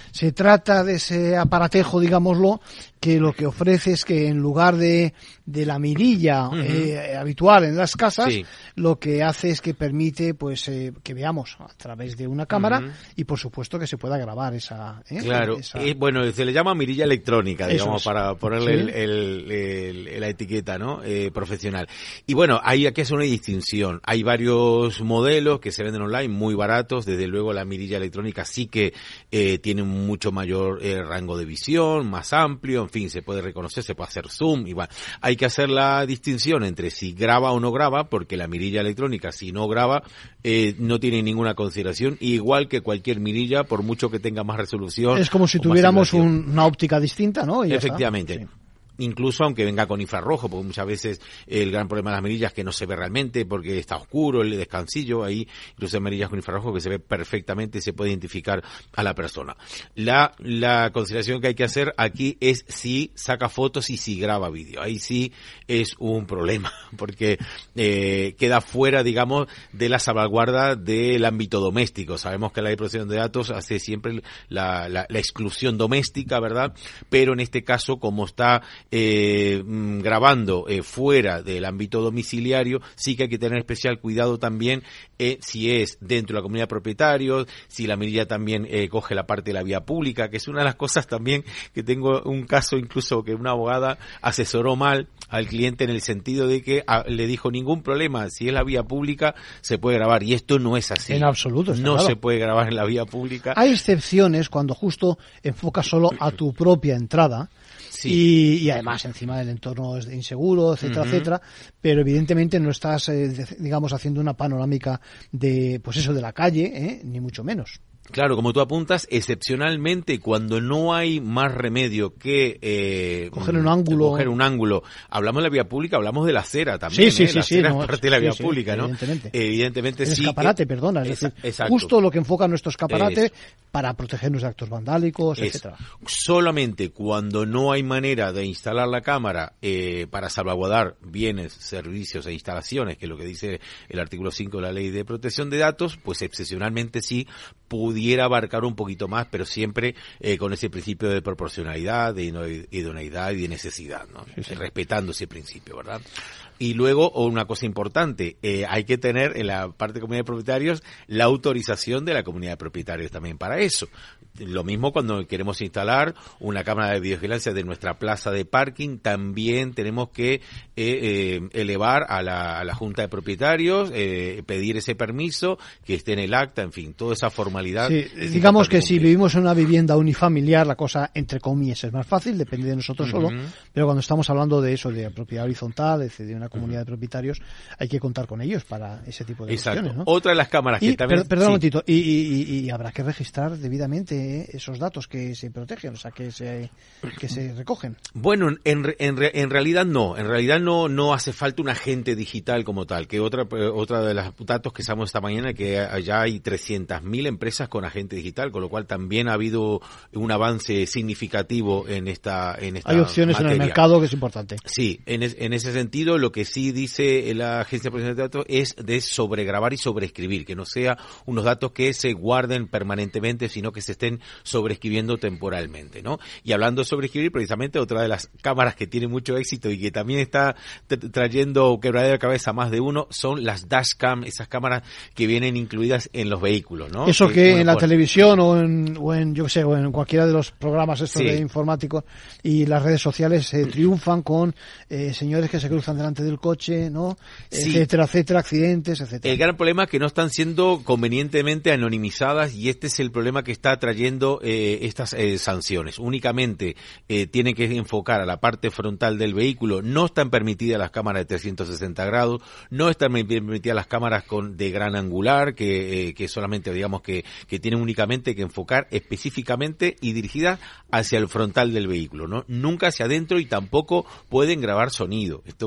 Se trata de ese aparatejo, digámoslo, que lo que ofrece es que en lugar de, de la mirilla uh-huh. eh, habitual en las casas, sí. lo que hace es que permite pues eh, que veamos a través de una cámara uh-huh. y por supuesto que se pueda grabar esa... ¿eh? Claro, esa... Eh, bueno, se le llama mirilla electrónica, digamos, es. para ponerle ¿Sí? el, el, el, el, la etiqueta, ¿no? Eh, profesional. Y bueno, hay aquí es una distinción. Hay varios modelos que se venden online muy baratos, desde luego la mirilla electrónica sí que eh, tiene un mucho mayor eh, rango de visión, más amplio, en fin, se puede reconocer, se puede hacer zoom, igual. Hay que hacer la distinción entre si graba o no graba, porque la mirilla electrónica, si no graba, eh, no tiene ninguna consideración, igual que cualquier mirilla, por mucho que tenga más resolución. Es como si tuviéramos un, una óptica distinta, ¿no? Y efectivamente. Sí. Incluso aunque venga con infrarrojo, porque muchas veces el gran problema de las mirillas es que no se ve realmente porque está oscuro el descansillo, ahí incluso hay mirillas con infrarrojo que se ve perfectamente y se puede identificar a la persona. La, la consideración que hay que hacer aquí es si saca fotos y si graba vídeo. Ahí sí es un problema, porque eh, queda fuera, digamos, de la salvaguarda del ámbito doméstico. Sabemos que la ley de protección de datos hace siempre la, la, la exclusión doméstica, ¿verdad? Pero en este caso, como está Eh, grabando eh, fuera del ámbito domiciliario, sí que hay que tener especial cuidado también eh, si es dentro de la comunidad de propietarios, si la mirilla también eh, coge la parte de la vía pública, que es una de las cosas también que tengo un caso incluso que una abogada asesoró mal al cliente en el sentido de que a, le dijo ningún problema, si es la vía pública se puede grabar, y esto no es así. En absoluto. No claro. se puede grabar en la vía pública. Hay excepciones cuando justo enfocas solo a tu propia entrada. Sí. Y, y además encima del entorno es inseguro, etcétera, uh-huh. etcétera, pero evidentemente no estás, eh, digamos, haciendo una panorámica de, pues eso, de la calle, ¿eh? Ni mucho menos. Claro, como tú apuntas, excepcionalmente cuando no hay más remedio que eh, coger un ángulo, coger un ángulo. Hablamos de la vía pública, hablamos de la acera también. Sí, sí, ¿eh? sí, la sí, acera no, es parte de la vía sí, pública, sí, ¿no? Evidentemente, evidentemente el sí. escaparate, que... perdona, es Esa, decir, exacto. justo lo que enfoca nuestro escaparate es. para protegernos de actos vandálicos, es. etcétera. Solamente cuando no hay manera de instalar la cámara eh, para salvaguardar bienes, servicios e instalaciones, que es lo que dice el artículo cinco de la Ley de Protección de Datos, pues excepcionalmente sí pudiera abarcar un poquito más, pero siempre eh, con ese principio de proporcionalidad, de idoneidad y de necesidad, ¿no? Sí, sí. Respetando ese principio, ¿verdad? Y luego, una cosa importante, eh, hay que tener en la parte de comunidad de propietarios la autorización de la comunidad de propietarios también para eso. Lo mismo cuando queremos instalar una cámara de videovigilancia de nuestra plaza de parking, también tenemos que eh, eh, elevar a la, a la Junta de Propietarios, eh, pedir ese permiso, que esté en el acta, en fin, toda esa formalidad. Sí, digamos que si vivimos en una vivienda unifamiliar, la cosa, entre comillas, es más fácil, depende de nosotros uh-huh. solo, pero cuando estamos hablando de eso, de propiedad horizontal, de una comunidad uh-huh. de propietarios, hay que contar con ellos para ese tipo de Exacto. cuestiones, ¿no? Otra de las cámaras y, que también... Per, perdón sí. un momentito, y, y, y, y habrá que registrar debidamente esos datos que se protegen, o sea, que se que se recogen. Bueno, en, en, en realidad no, en realidad no no hace falta un agente digital como tal, que otra otra de los datos que sabemos esta mañana, que ya hay trescientas mil empresas con agente digital, con lo cual también ha habido un avance significativo en esta en esta Hay opciones materia. En el mercado, que es importante. Sí, en, es, en ese sentido, lo que sí dice la Agencia de Protección de Datos es de sobregrabar y sobreescribir, que no sea unos datos que se guarden permanentemente, sino que se estén sobreescribiendo temporalmente, ¿no? Y hablando de sobreescribir, precisamente otra de las cámaras que tiene mucho éxito y que también está tra- trayendo quebradero de cabeza a más de uno son las dashcam, esas cámaras que vienen incluidas en los vehículos, ¿no? Eso que, que bueno, en la por... televisión o en, o en, yo qué sé, o en cualquiera de los programas estos sí. de informáticos y las redes sociales eh, triunfan con eh, señores que se cruzan delante del coche, ¿no? Sí. Etcétera, etcétera, accidentes, etcétera. El gran problema es que no están siendo convenientemente anonimizadas y este es el problema que está trayendo eh, estas eh, sanciones. Únicamente eh, tienen que enfocar a la parte frontal del vehículo. No están permitidas las cámaras de trescientos sesenta grados, no están permitidas las cámaras con de gran angular, que, eh, que solamente digamos que, que tienen únicamente que enfocar específicamente y dirigidas hacia el frontal del vehículo, ¿no? Nunca hacia adentro y tampoco pueden grabar sonido. Esto es muy importante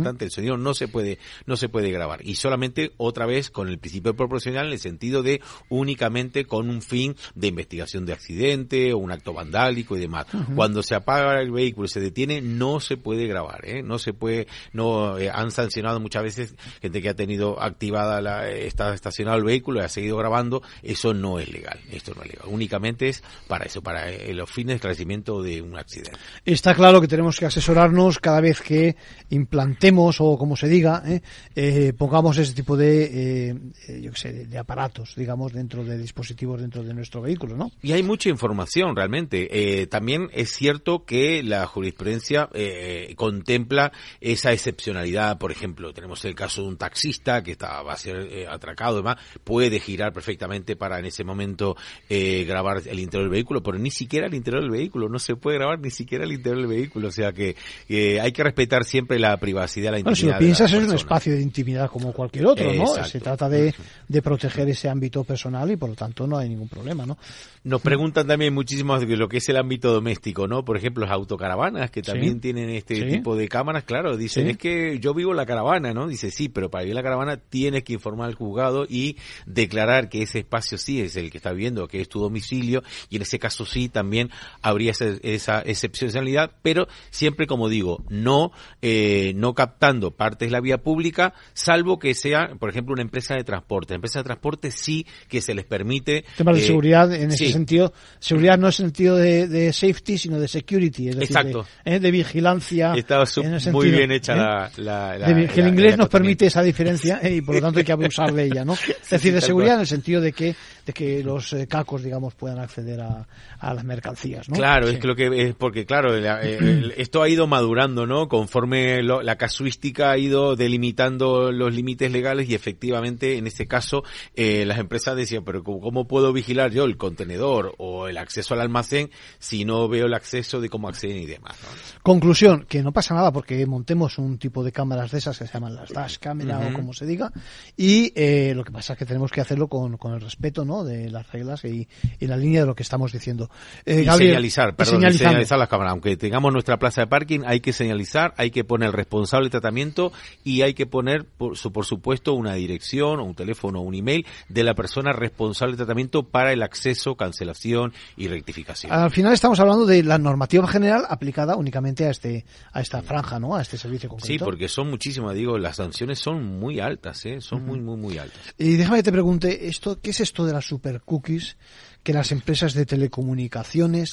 importante, el sonido no se puede, no se puede grabar. Y solamente, otra vez, con el principio proporcional, en el sentido de únicamente con un fin de investigación de accidente o un acto vandálico y demás. Uh-huh. Cuando se apaga el vehículo, se detiene, no se puede grabar, ¿eh? No se puede, no, eh, han sancionado muchas veces gente que ha tenido activada la, está estacionado el vehículo y ha seguido grabando. Eso no es legal, esto no es legal. Únicamente es para eso, para eh, los fines de esclarecimiento de un accidente. Está claro que tenemos que asesorarnos cada vez que implantemos o como se diga, eh, eh, pongamos ese tipo de, eh, yo qué sé, de, de aparatos, digamos, dentro de dispositivos dentro de nuestro vehículo, ¿no? Y hay mucha información realmente. Eh, también es cierto que la jurisprudencia eh, contempla esa excepcionalidad. Por ejemplo, tenemos el caso de un taxista que está, va a ser eh, atracado y demás, puede girar perfectamente para en ese momento eh, grabar el interior del vehículo, pero ni siquiera el interior del vehículo, no se puede grabar ni siquiera el interior del vehículo, o sea que eh, hay que respetar siempre la privacidad, la intimidad. Bueno, si lo piensas, es un espacio de intimidad como cualquier otro, ¿no? Exacto. Se trata de, de proteger ese ámbito personal y por lo tanto no hay ningún problema, ¿no? Nos preguntan también muchísimo de lo que es el ámbito doméstico, ¿no? Por ejemplo, las autocaravanas que también sí. tienen este sí. tipo de cámaras, claro, dicen, sí. es que yo vivo en la caravana, ¿no? Dice, sí, pero para vivir en la caravana tienes que informar al juzgado y declarar que ese espacio sí es el que está viviendo, que es tu domicilio, y en ese caso sí también habría esa, esa excepcionalidad, pero siempre, como digo, no eh, no captando partes de la vía pública, salvo que sea, por ejemplo, una empresa de transporte. La empresa de transporte sí que se les permite... Temas de eh, seguridad en sí. ese sentido, seguridad no es en el sentido de, de safety, sino de security, es decir, Exacto. de, eh, de vigilancia. Estaba sub, en ese muy sentido, bien hecha ¿eh? la, la, la... De, que el inglés nos permite esa diferencia eh, y por lo tanto hay que abusar de ella, ¿no? Es decir, sí, de seguridad en el sentido de que de que los eh, cacos, digamos, puedan acceder a, a las mercancías, ¿no? Claro, sí. es que lo que es porque, claro, la, eh, esto ha ido madurando, ¿no? Conforme lo, la casuística ha ido delimitando los límites legales y efectivamente, en este caso, eh, las empresas decían, pero ¿cómo puedo vigilar yo el contenedor o el acceso al almacén si no veo el acceso de cómo acceden y demás, ¿no? Conclusión, que no pasa nada porque montemos un tipo de cámaras de esas que se llaman las dash camera uh-huh. o como se diga, y eh, lo que pasa es que tenemos que hacerlo con, con el respeto, ¿no? De las reglas y, y la línea de lo que estamos diciendo. Eh, y Gabriel, señalizar, perdón, y señalizar las cámaras. Aunque tengamos nuestra plaza de parking, hay que señalizar, hay que poner responsable de tratamiento y hay que poner, por, por supuesto, una dirección o un teléfono o un email de la persona responsable de tratamiento para el acceso, cancelación y rectificación. Al final estamos hablando de la normativa general aplicada únicamente a este a esta franja, ¿no? A este servicio concreto. Sí, porque son muchísimas, digo, las sanciones son muy altas, ¿eh? Son uh-huh. muy, muy, muy altas. Y déjame que te pregunte, esto, ¿qué es esto de las super cookies que las empresas de telecomunicaciones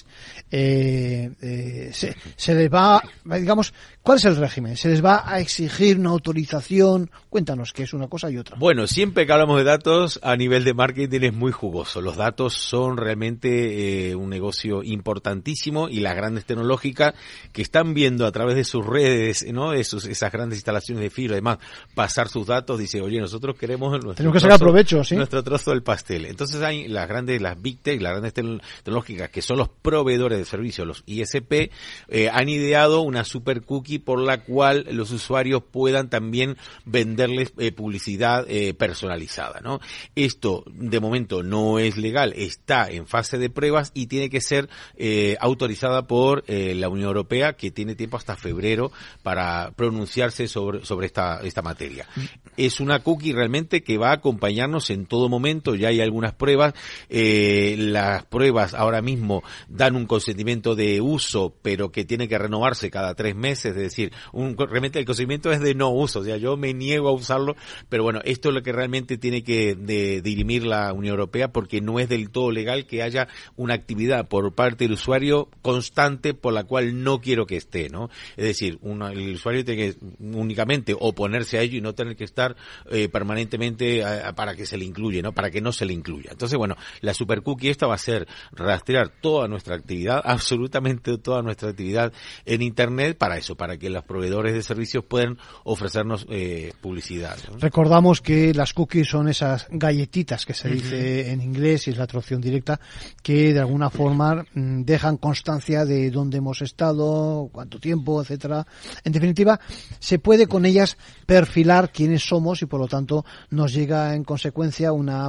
eh, eh, se, se les va, digamos, ¿cuál es el régimen? ¿Se les va a exigir una autorización? Cuéntanos, que es una cosa y otra. Bueno, siempre que hablamos de datos, a nivel de marketing es muy jugoso. Los datos son realmente eh, un negocio importantísimo y las grandes tecnológicas que están viendo a través de sus redes, ¿no? Esos, esas grandes instalaciones de fibra, además, pasar sus datos, dice, oye, nosotros queremos nuestro Tenemos que sacar trozo, provecho, ¿sí? nuestro trozo del pastel. Entonces hay las grandes, las big tech, las grandes tecnológicas, que son los proveedores de servicios, los I S P, eh, han ideado una super cookie por la cual los usuarios puedan también venderles eh, publicidad eh, personalizada, ¿no? Esto, de momento, no es legal, está en fase de pruebas y tiene que ser eh, autorizada por eh, la Unión Europea, que tiene tiempo hasta febrero para pronunciarse sobre, sobre esta, esta materia. Es una cookie realmente que va a acompañarnos en todo momento, ya hay algunas pruebas, eh, las pruebas ahora mismo dan un consentimiento de uso, pero que tiene que renovarse cada tres meses, es decir, un, realmente el consentimiento es de no uso, o sea, yo me niego a usarlo, pero bueno, esto es lo que realmente tiene que de, dirimir la Unión Europea, porque no es del todo legal que haya una actividad por parte del usuario constante por la cual no quiero que esté, ¿no? Es decir, una, el usuario tiene que únicamente oponerse a ello y no tener que estar eh, permanentemente a, a, para que se le incluya, ¿no? Para que no se le incluya. Entonces, bueno, la super cookie esta va a ser rastrear toda nuestra actividad, absolutamente toda nuestra actividad en Internet, para eso, para que los proveedores de servicios puedan ofrecernos eh, publicidad, ¿no? Recordamos que las cookies son esas galletitas que se dice uh-huh. en inglés, y es la traducción directa, que de alguna forma mmm, dejan constancia de dónde hemos estado, cuánto tiempo, etcétera. En definitiva, se puede con ellas perfilar quiénes somos y por lo tanto nos llega en consecuencia una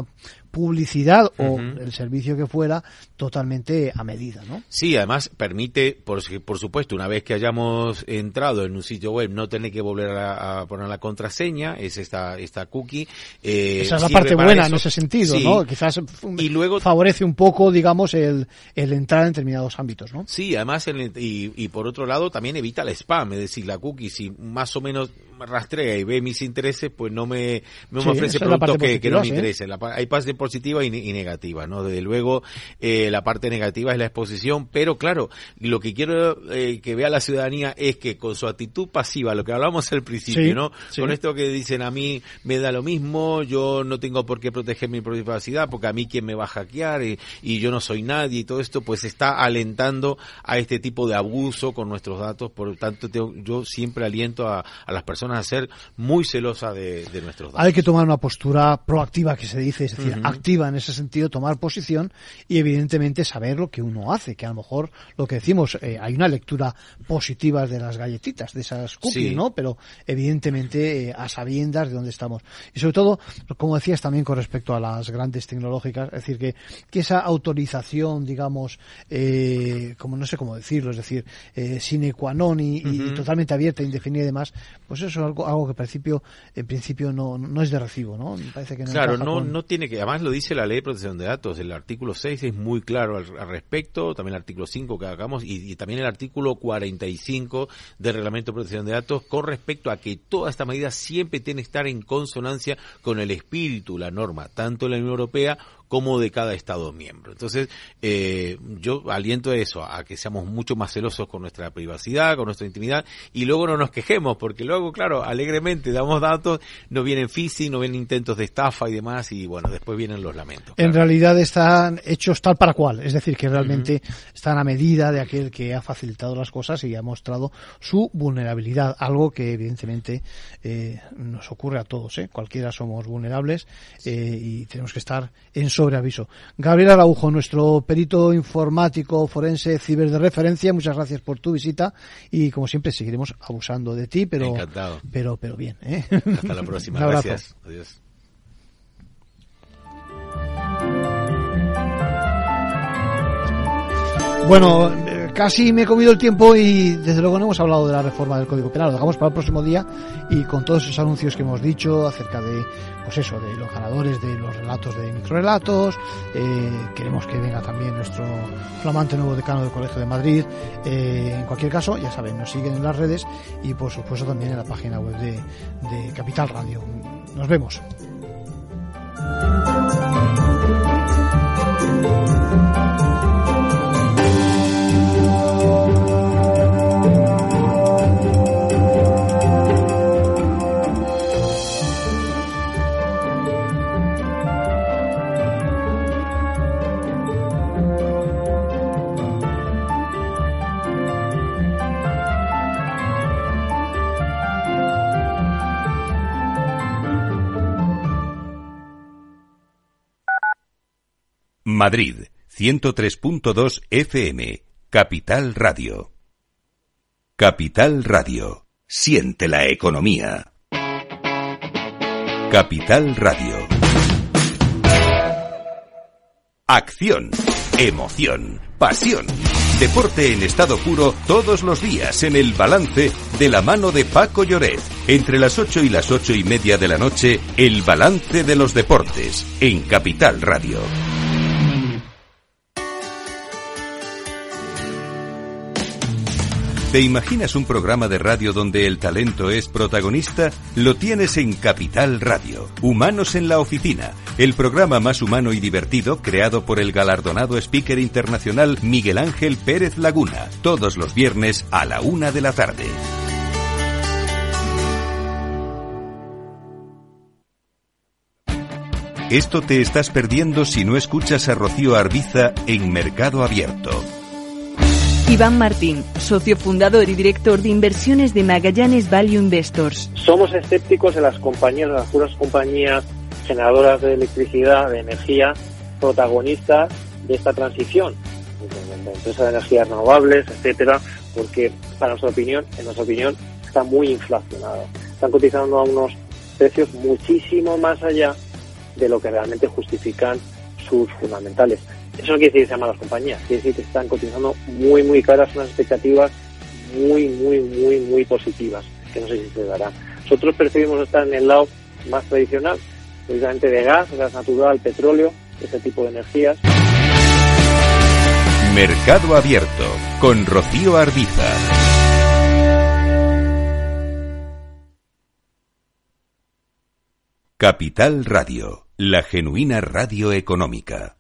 publicidad o Uh-huh. el servicio que fuera totalmente a medida, ¿no? Sí, además permite, por, por supuesto, una vez que hayamos entrado en un sitio web, no tener que volver a, a poner la contraseña, es esta esta cookie. Eh, Esa es la parte buena eso. En ese sentido, sí. ¿no? Quizás y luego favorece un poco, digamos, el, el entrar en determinados ámbitos, ¿no? Sí, además, en el, y, y por otro lado, también evita el spam, es decir, la cookie, si más o menos rastrea y ve mis intereses, pues no me, no sí, me ofrece productos que, positiva, que no me ¿sí? interesen. La, hay parte positiva y, y negativa, ¿no? Desde luego, eh, la parte negativa es la exposición, pero claro, lo que quiero eh, que vea la ciudadanía es que con su actitud pasiva, lo que hablamos al principio, sí, ¿no? Sí. Con esto que dicen, a mí me da lo mismo, yo no tengo por qué proteger mi privacidad, porque a mí quién me va a hackear y, y yo no soy nadie y todo esto, pues está alentando a este tipo de abuso con nuestros datos. Por lo tanto, te, yo siempre aliento a, a las personas a ser muy celosas de, de nuestros datos. Hay que tomar una postura proactiva, que se dice, es decir, Uh-huh. activa en ese sentido, tomar posición y evidentemente saber lo que uno hace, que a lo mejor lo que decimos, eh, hay una lectura positiva de las galletitas, de esas cookies, Sí. ¿no? Pero evidentemente eh, a sabiendas de dónde estamos. Y sobre todo, como decías también con respecto a las grandes tecnológicas, es decir, que, que esa autorización, digamos, eh, como no sé cómo decirlo, es decir, eh, sine qua non y, y Uh-huh. totalmente abierta, indefinida y demás, pues eso es algo, algo que en principio, en principio no, no es de recibo, ¿no? Me parece que no Claro, encaja no, con... no tiene que, además lo dice la Ley de Protección de Datos, el artículo seis es muy claro al, al respecto, también el artículo cinco que hagamos y, y también el artículo cuarenta y cinco del Reglamento de Protección de Datos con respecto a que toda esta medida siempre tiene que estar en consonancia con el espíritu, la norma, tanto de la Unión Europea como de cada Estado miembro. Entonces, eh, yo aliento eso, a que seamos mucho más celosos con nuestra privacidad, con nuestra intimidad, y luego no nos quejemos, porque luego, claro, alegremente damos datos, nos vienen phishing, nos vienen intentos de estafa y demás, y bueno, después vienen los lamentos. En Claro. realidad están hechos tal para cual, es decir, que realmente uh-huh. están a medida de aquel que ha facilitado las cosas y ha mostrado su vulnerabilidad, algo que evidentemente eh, nos ocurre a todos, ¿eh? Cualquiera somos vulnerables eh, y tenemos que estar en sobreaviso. Gabriel Araujo, nuestro perito informático forense ciber de referencia, muchas gracias por tu visita y como siempre seguiremos abusando de ti, pero Encantado. pero pero bien, ¿eh? Hasta la próxima. Gracias. Adiós. Bueno, casi me he comido el tiempo y desde luego no hemos hablado de la reforma del Código Penal. Lo dejamos para el próximo día y con todos esos anuncios que hemos dicho acerca de, pues eso, de los ganadores de los relatos de microrelatos. Eh, queremos que venga también nuestro flamante nuevo decano del Colegio de Madrid. Eh, en cualquier caso, ya saben, nos siguen en las redes y por supuesto también en la página web de, de Capital Radio. Nos vemos. Madrid, ciento tres punto dos F M, Capital Radio. Capital Radio, siente la economía. Capital Radio. Acción, emoción, pasión. Deporte en estado puro todos los días en El Balance de la mano de Paco Lloret. Entre las ocho y las ocho y media de la noche, El Balance de los Deportes en Capital Radio. ¿Te imaginas un programa de radio donde el talento es protagonista? Lo tienes en Capital Radio. Humanos en la Oficina, el programa más humano y divertido creado por el galardonado speaker internacional Miguel Ángel Pérez Laguna, todos los viernes a la una de la tarde. Esto te estás perdiendo si no escuchas a Rocío Arbiza en Mercado Abierto. Iván Martín, socio fundador y director de inversiones de Magallanes Value Investors. Somos escépticos de las compañías, de las puras compañías generadoras de electricidad, de energía, protagonistas de esta transición, de empresas de energías renovables, etcétera, porque para nuestra opinión, en nuestra opinión, está muy inflacionado. Están cotizando a unos precios muchísimo más allá de lo que realmente justifican sus fundamentales. Eso no quiere decir que sean malas compañías, quiere decir que están cotizando muy, muy caras, unas expectativas muy, muy, muy, muy positivas, que no sé si se darán. Nosotros preferimos estar en el lado más tradicional, precisamente de gas, gas natural, petróleo, ese tipo de energías. Mercado Abierto, con Rocío Arbiza. Capital Radio, la genuina radio económica.